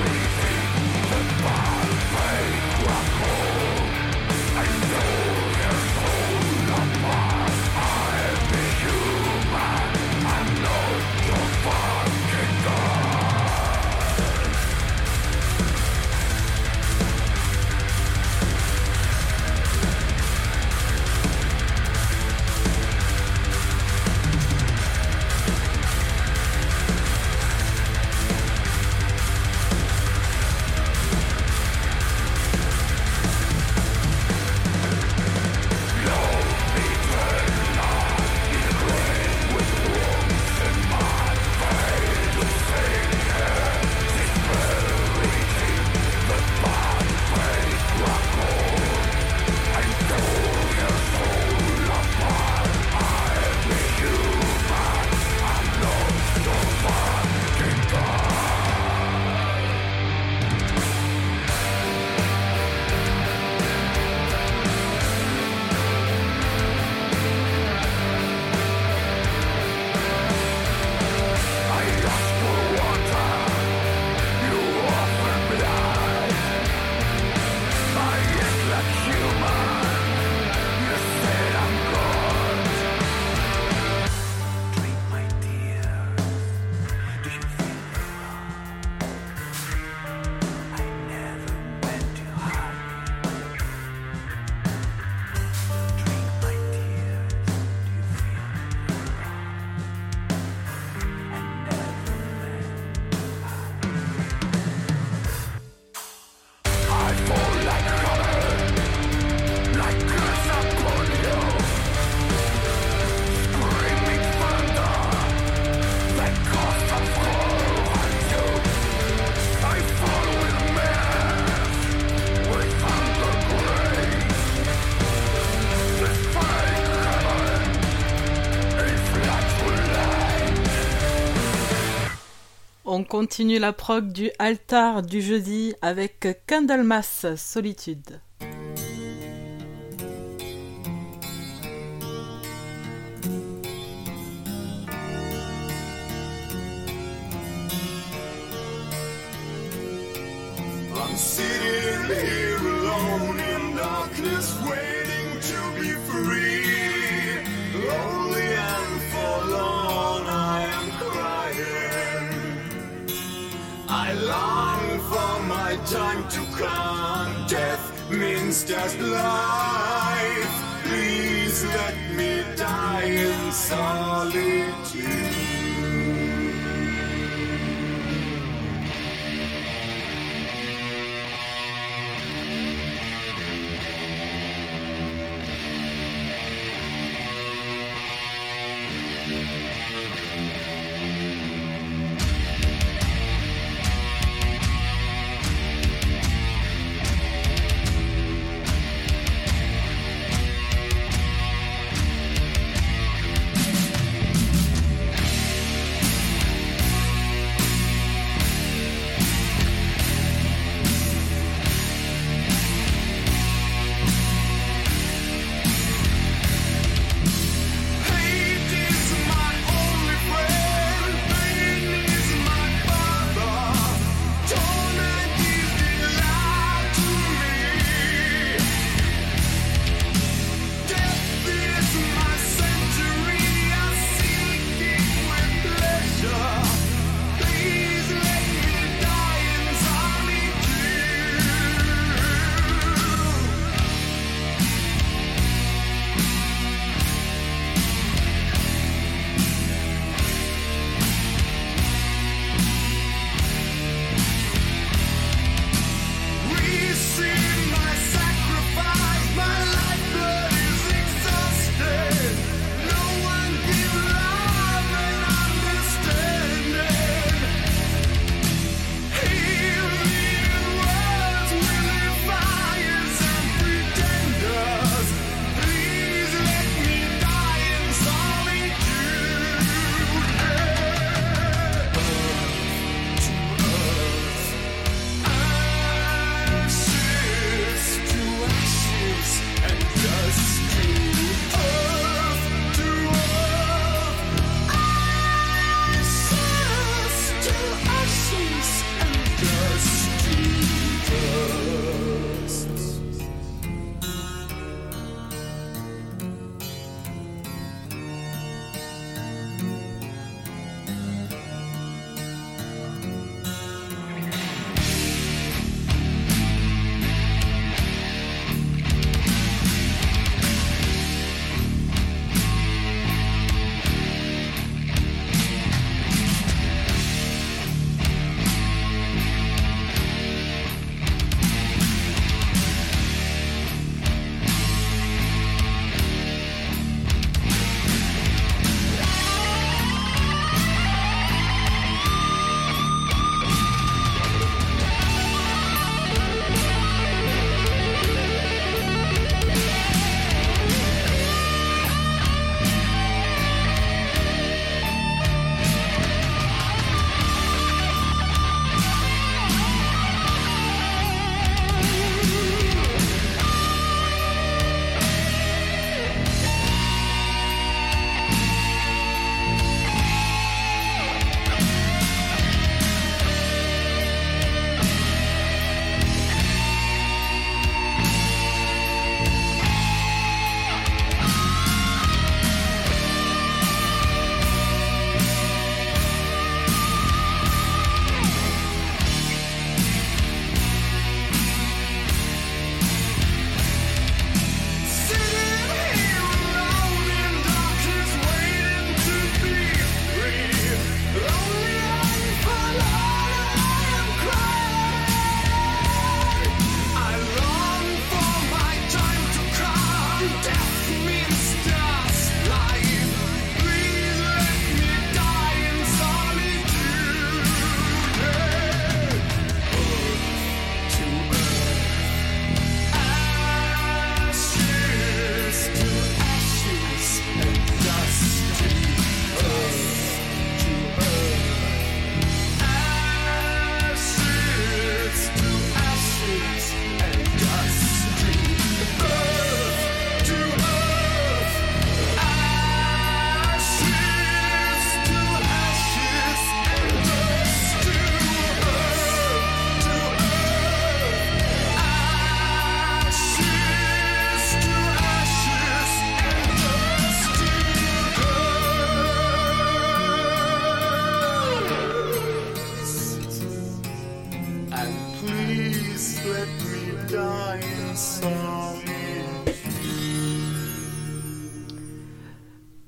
I know On continue la prog du altar du jeudi avec Candlemas Solitude. I'm sitting here alone in darkness, waiting to be free. Lonely and forlorn, I am crying. I long for my time to come. Death means just life. Please let me die in solitude.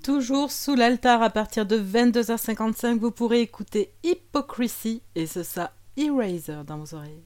Toujours sous l'altar à partir de 22h55, vous pourrez écouter Hypocrisy et ce sera Eraser dans vos oreilles.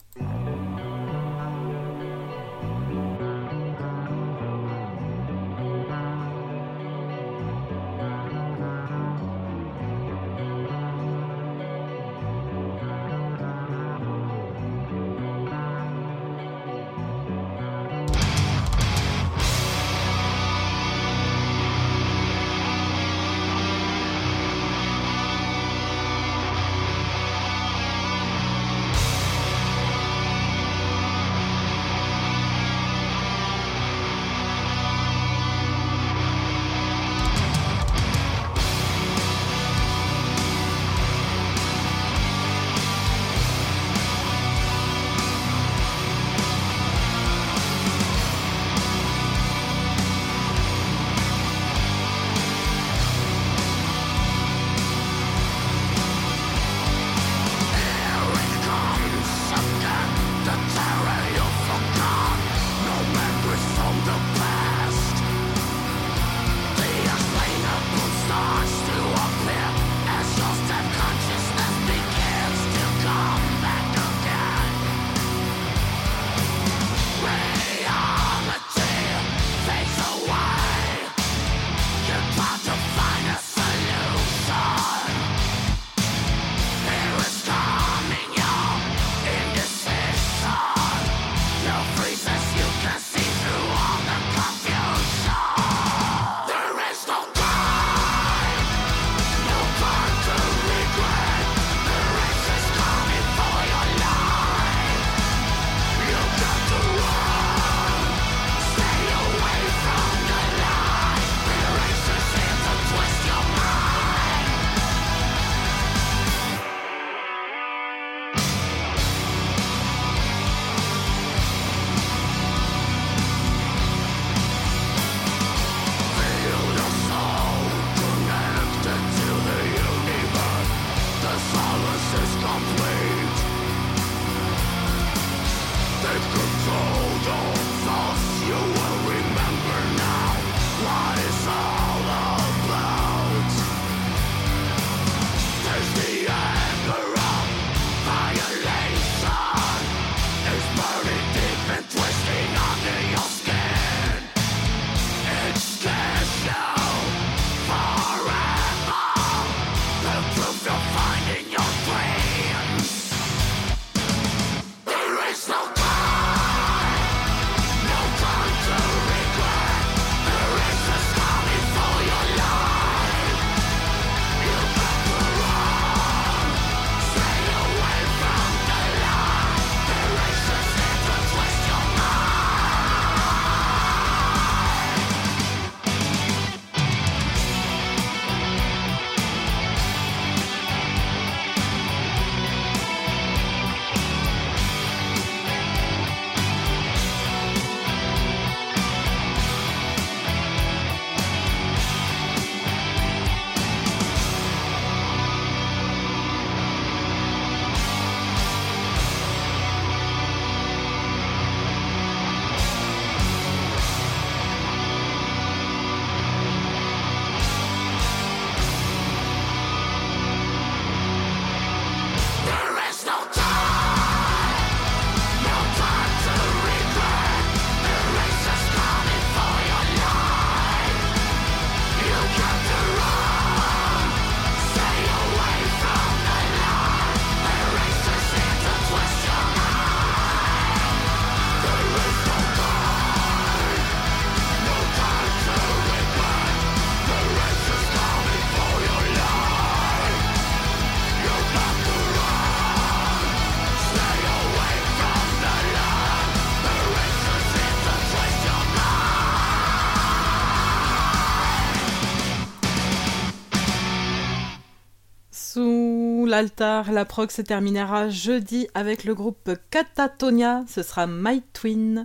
Sous l'altar, la prog se terminera jeudi avec le groupe Catatonia, ce sera My Twin.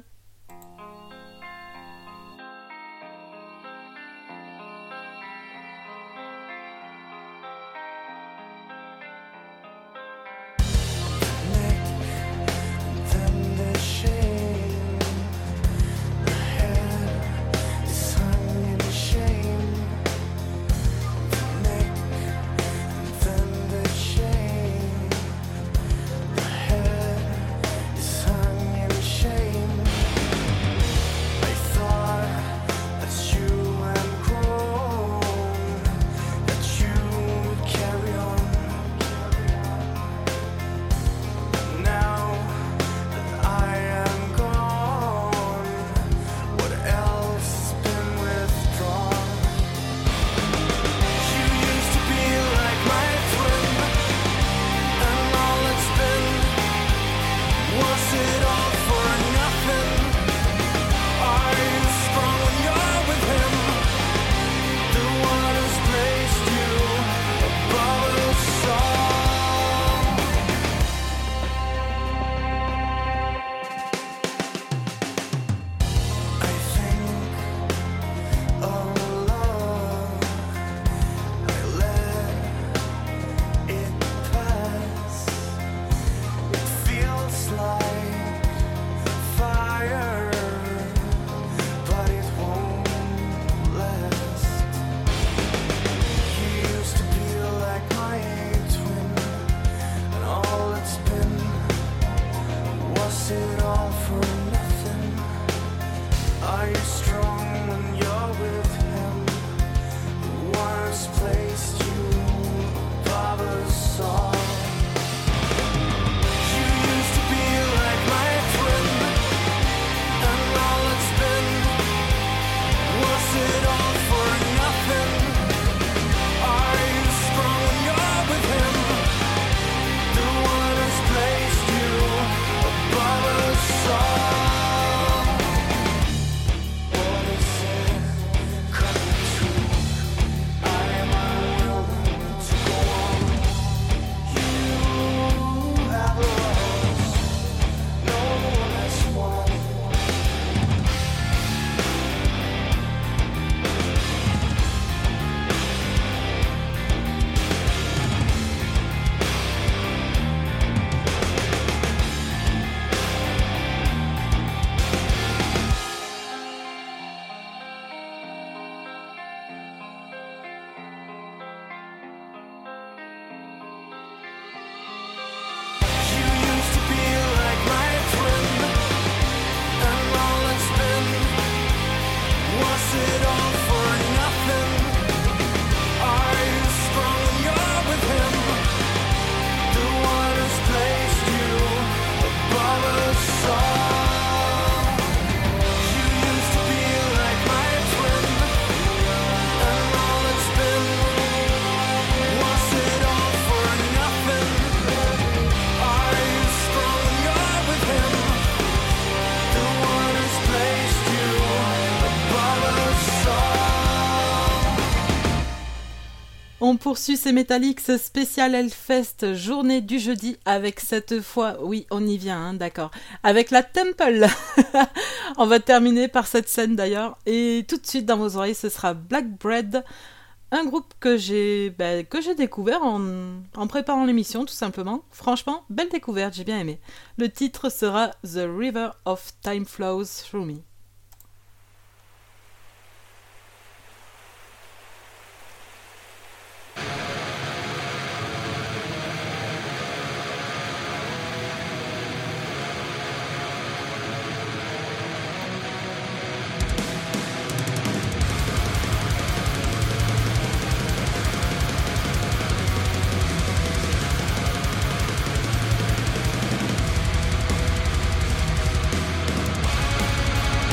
it all for nothing? Are you strong when you're with him? The one who's placed you above us all. You used to be like my twin, and all it's been. Was it all for nothing? Are you strong when you're with him? The one who's placed you above us all. On poursuit ces Metallics spécial Hellfest, journée du jeudi, avec cette fois, oui, on y vient, hein, d'accord, avec la Temple. On va terminer par cette scène d'ailleurs, et tout de suite dans vos oreilles, ce sera Black Bread, un groupe que j'ai découvert en préparant l'émission, tout simplement. Franchement, belle découverte, j'ai bien aimé. Le titre sera The River of Time Flows Through Me. Thank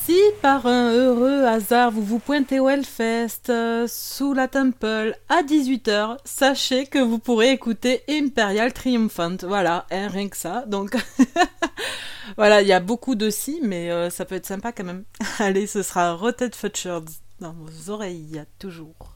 Si par un heureux hasard vous vous pointez au Hellfest sous la Temple à 18h, sachez que vous pourrez écouter Imperial Triumphant. Voilà, hein, rien que ça. Donc voilà, il y a beaucoup de si, mais ça peut être sympa quand même. Allez, ce sera Rotted Futures dans vos oreilles, toujours.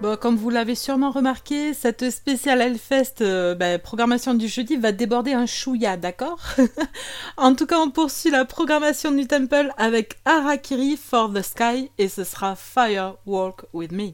Bon, comme vous l'avez sûrement remarqué, cette spéciale Hellfest, programmation du jeudi, va déborder un chouïa, d'accord? En tout cas, on poursuit la programmation du Temple avec Harakiri for the Sky et ce sera Fire Walk With Me.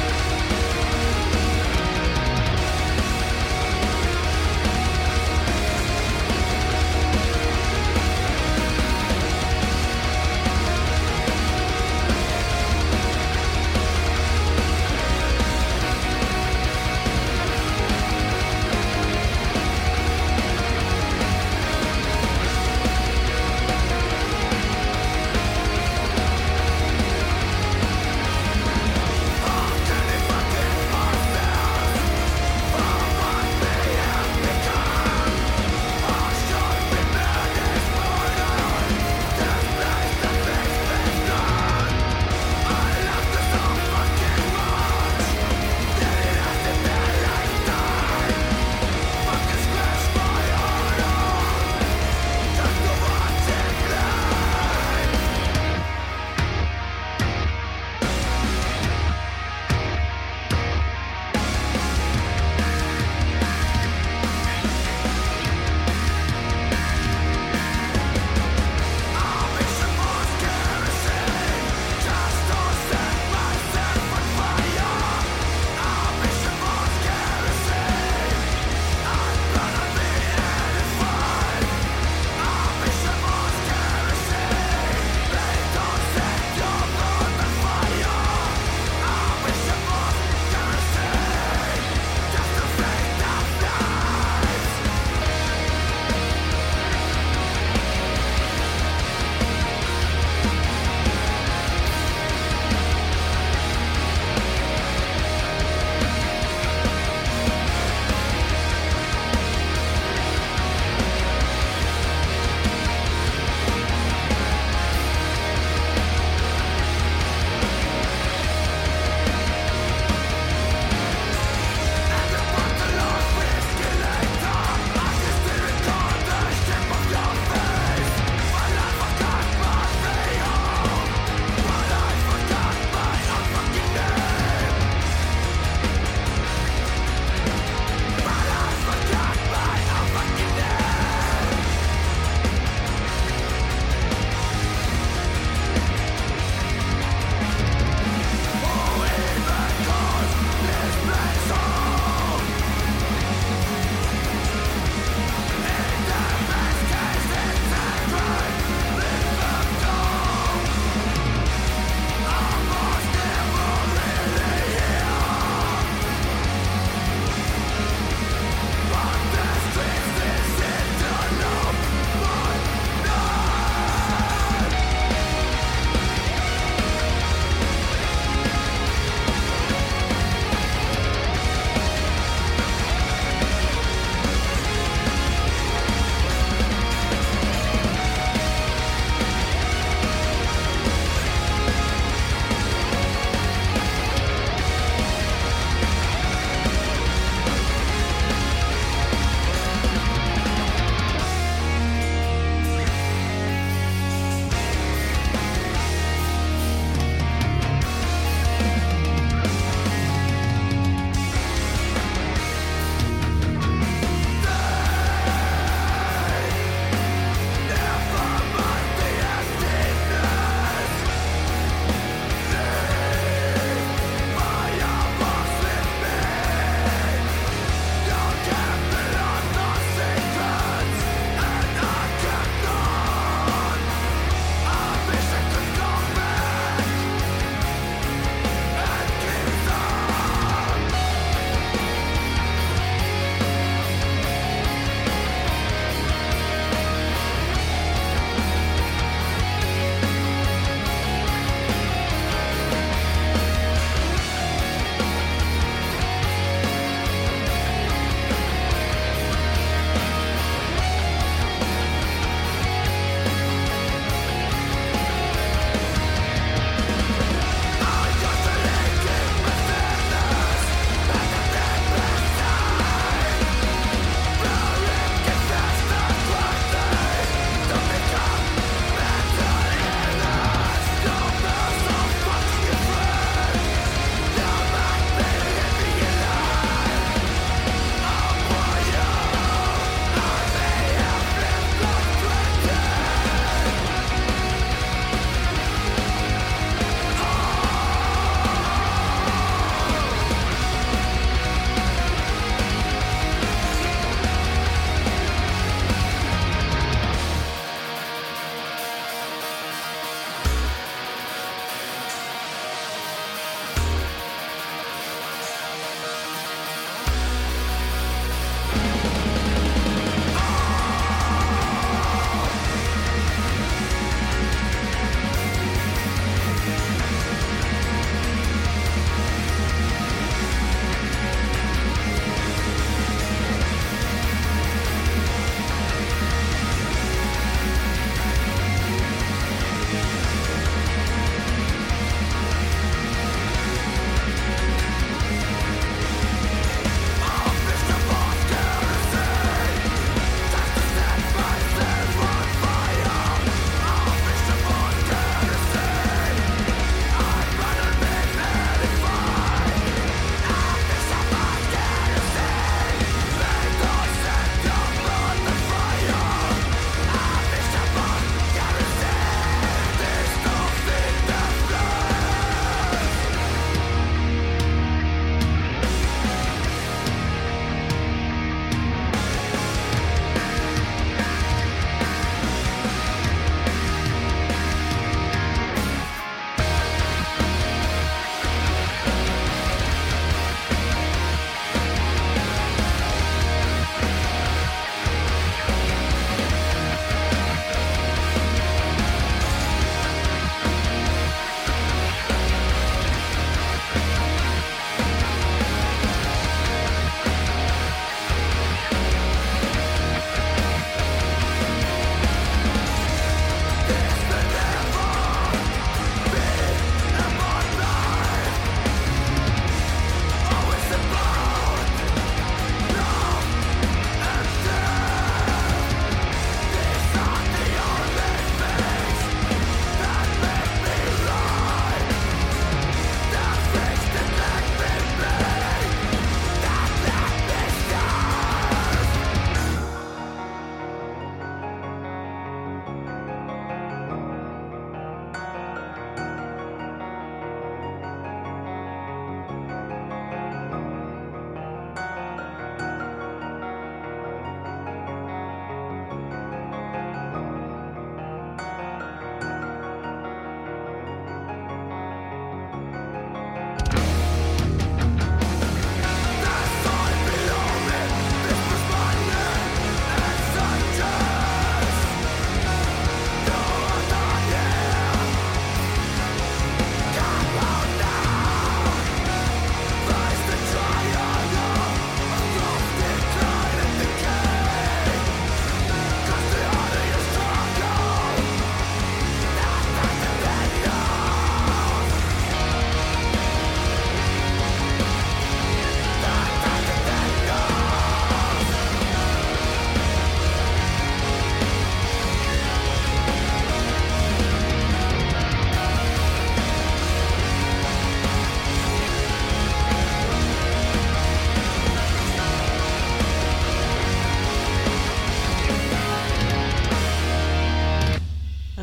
Fire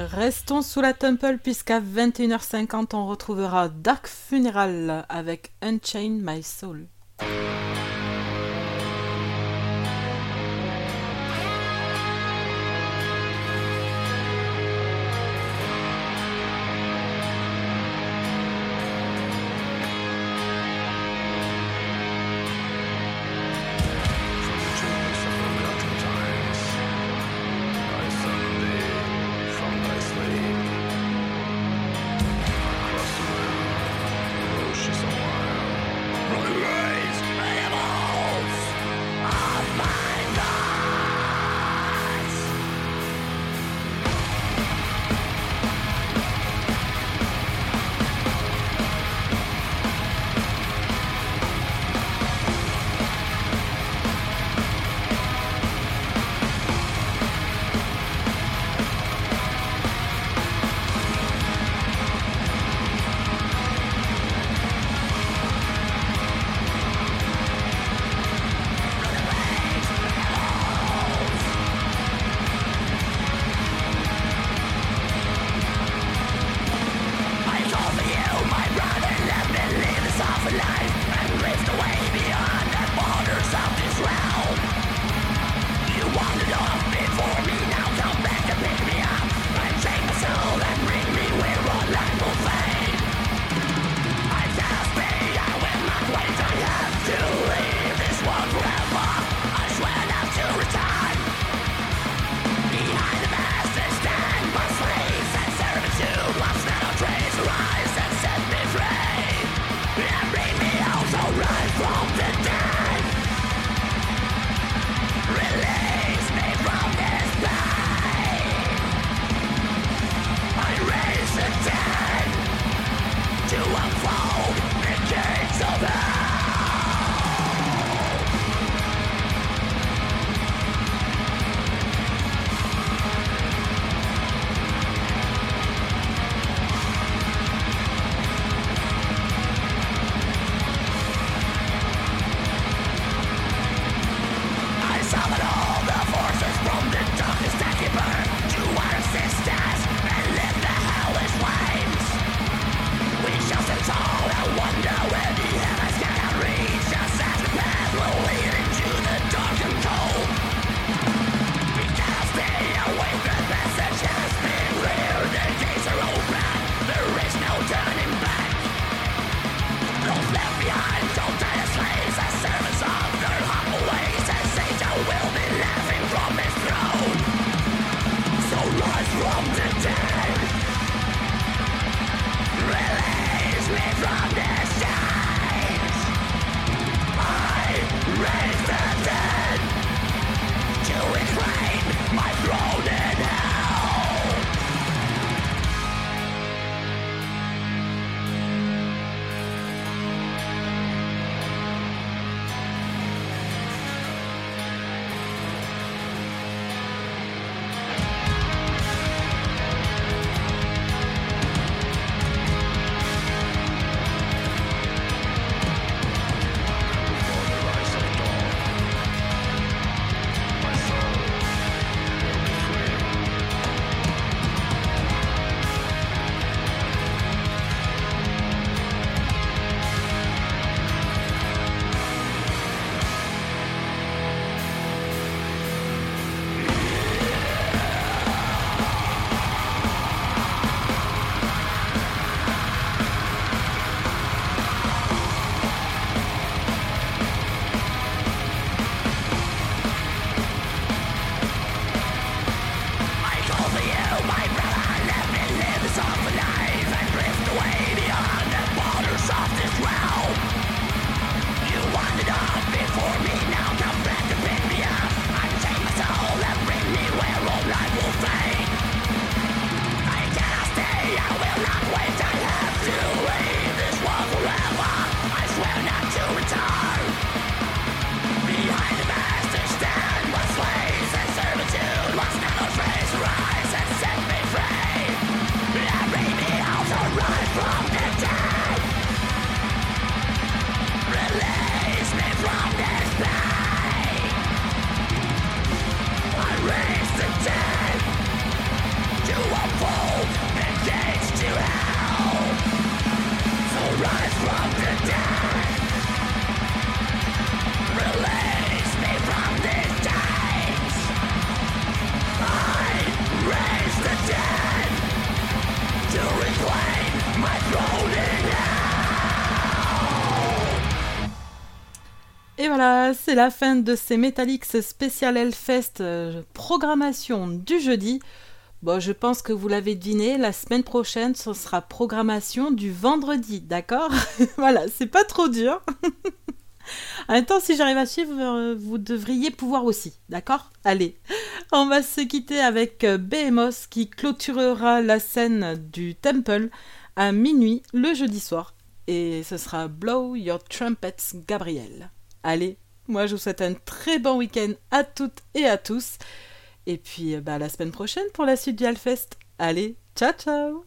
Restons sous la Temple puisqu'à 21h50 on retrouvera Dark Funeral avec Unchain My Soul. My soul will be free. voilà, c'est la fin de ces Metallics Special Hellfest programmation du jeudi. Bon, je pense que vous l'avez deviné, la semaine prochaine, ce sera programmation du vendredi, d'accord? Voilà, c'est pas trop dur. En même temps, si j'arrive à suivre, vous devriez pouvoir aussi, d'accord? Allez, on va se quitter avec Behemoth qui clôturera la scène du Temple à minuit le jeudi soir. Et ce sera Blow Your Trumpets Gabriel. Allez, moi je vous souhaite un très bon week-end à toutes et à tous. Et puis à la semaine prochaine pour la suite du Hellfest. Allez, ciao ciao!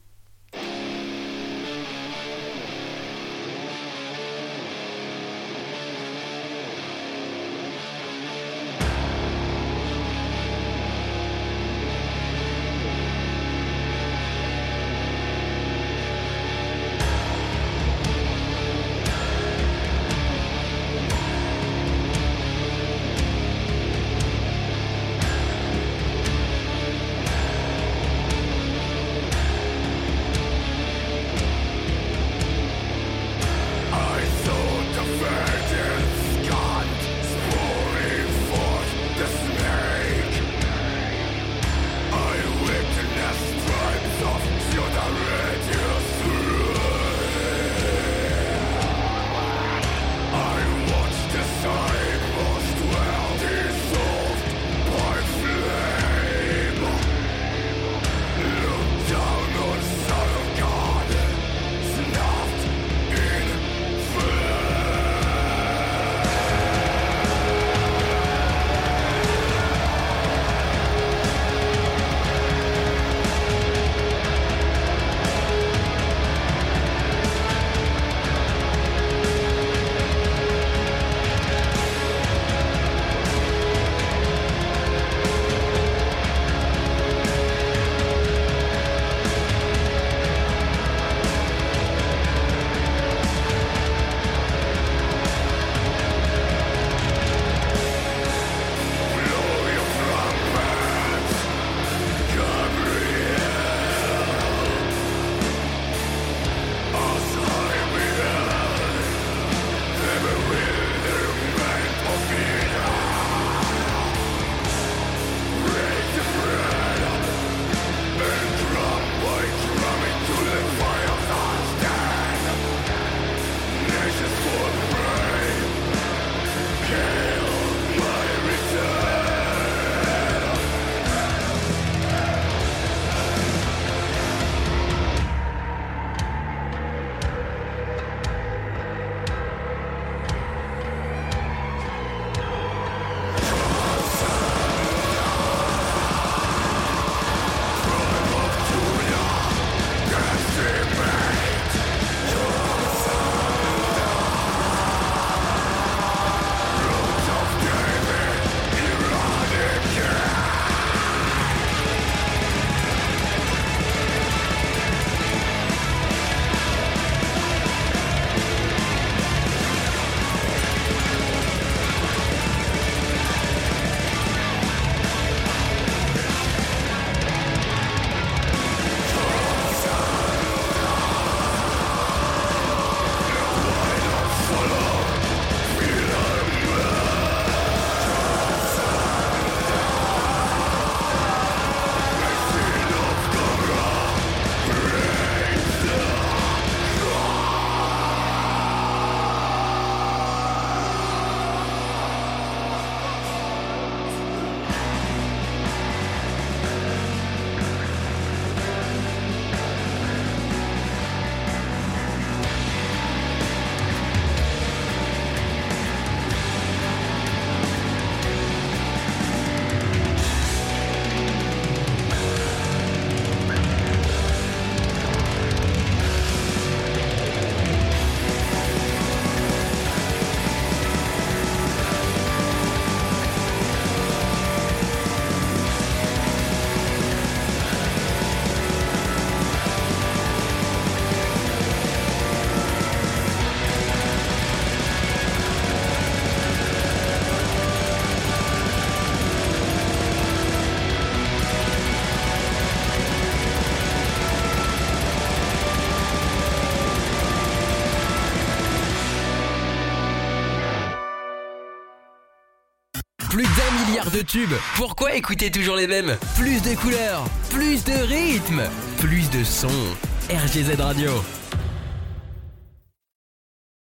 Plus d'1 milliard de tubes. Pourquoi écouter toujours les mêmes? Plus de couleurs, plus de rythme, plus de sons. RGZ Radio.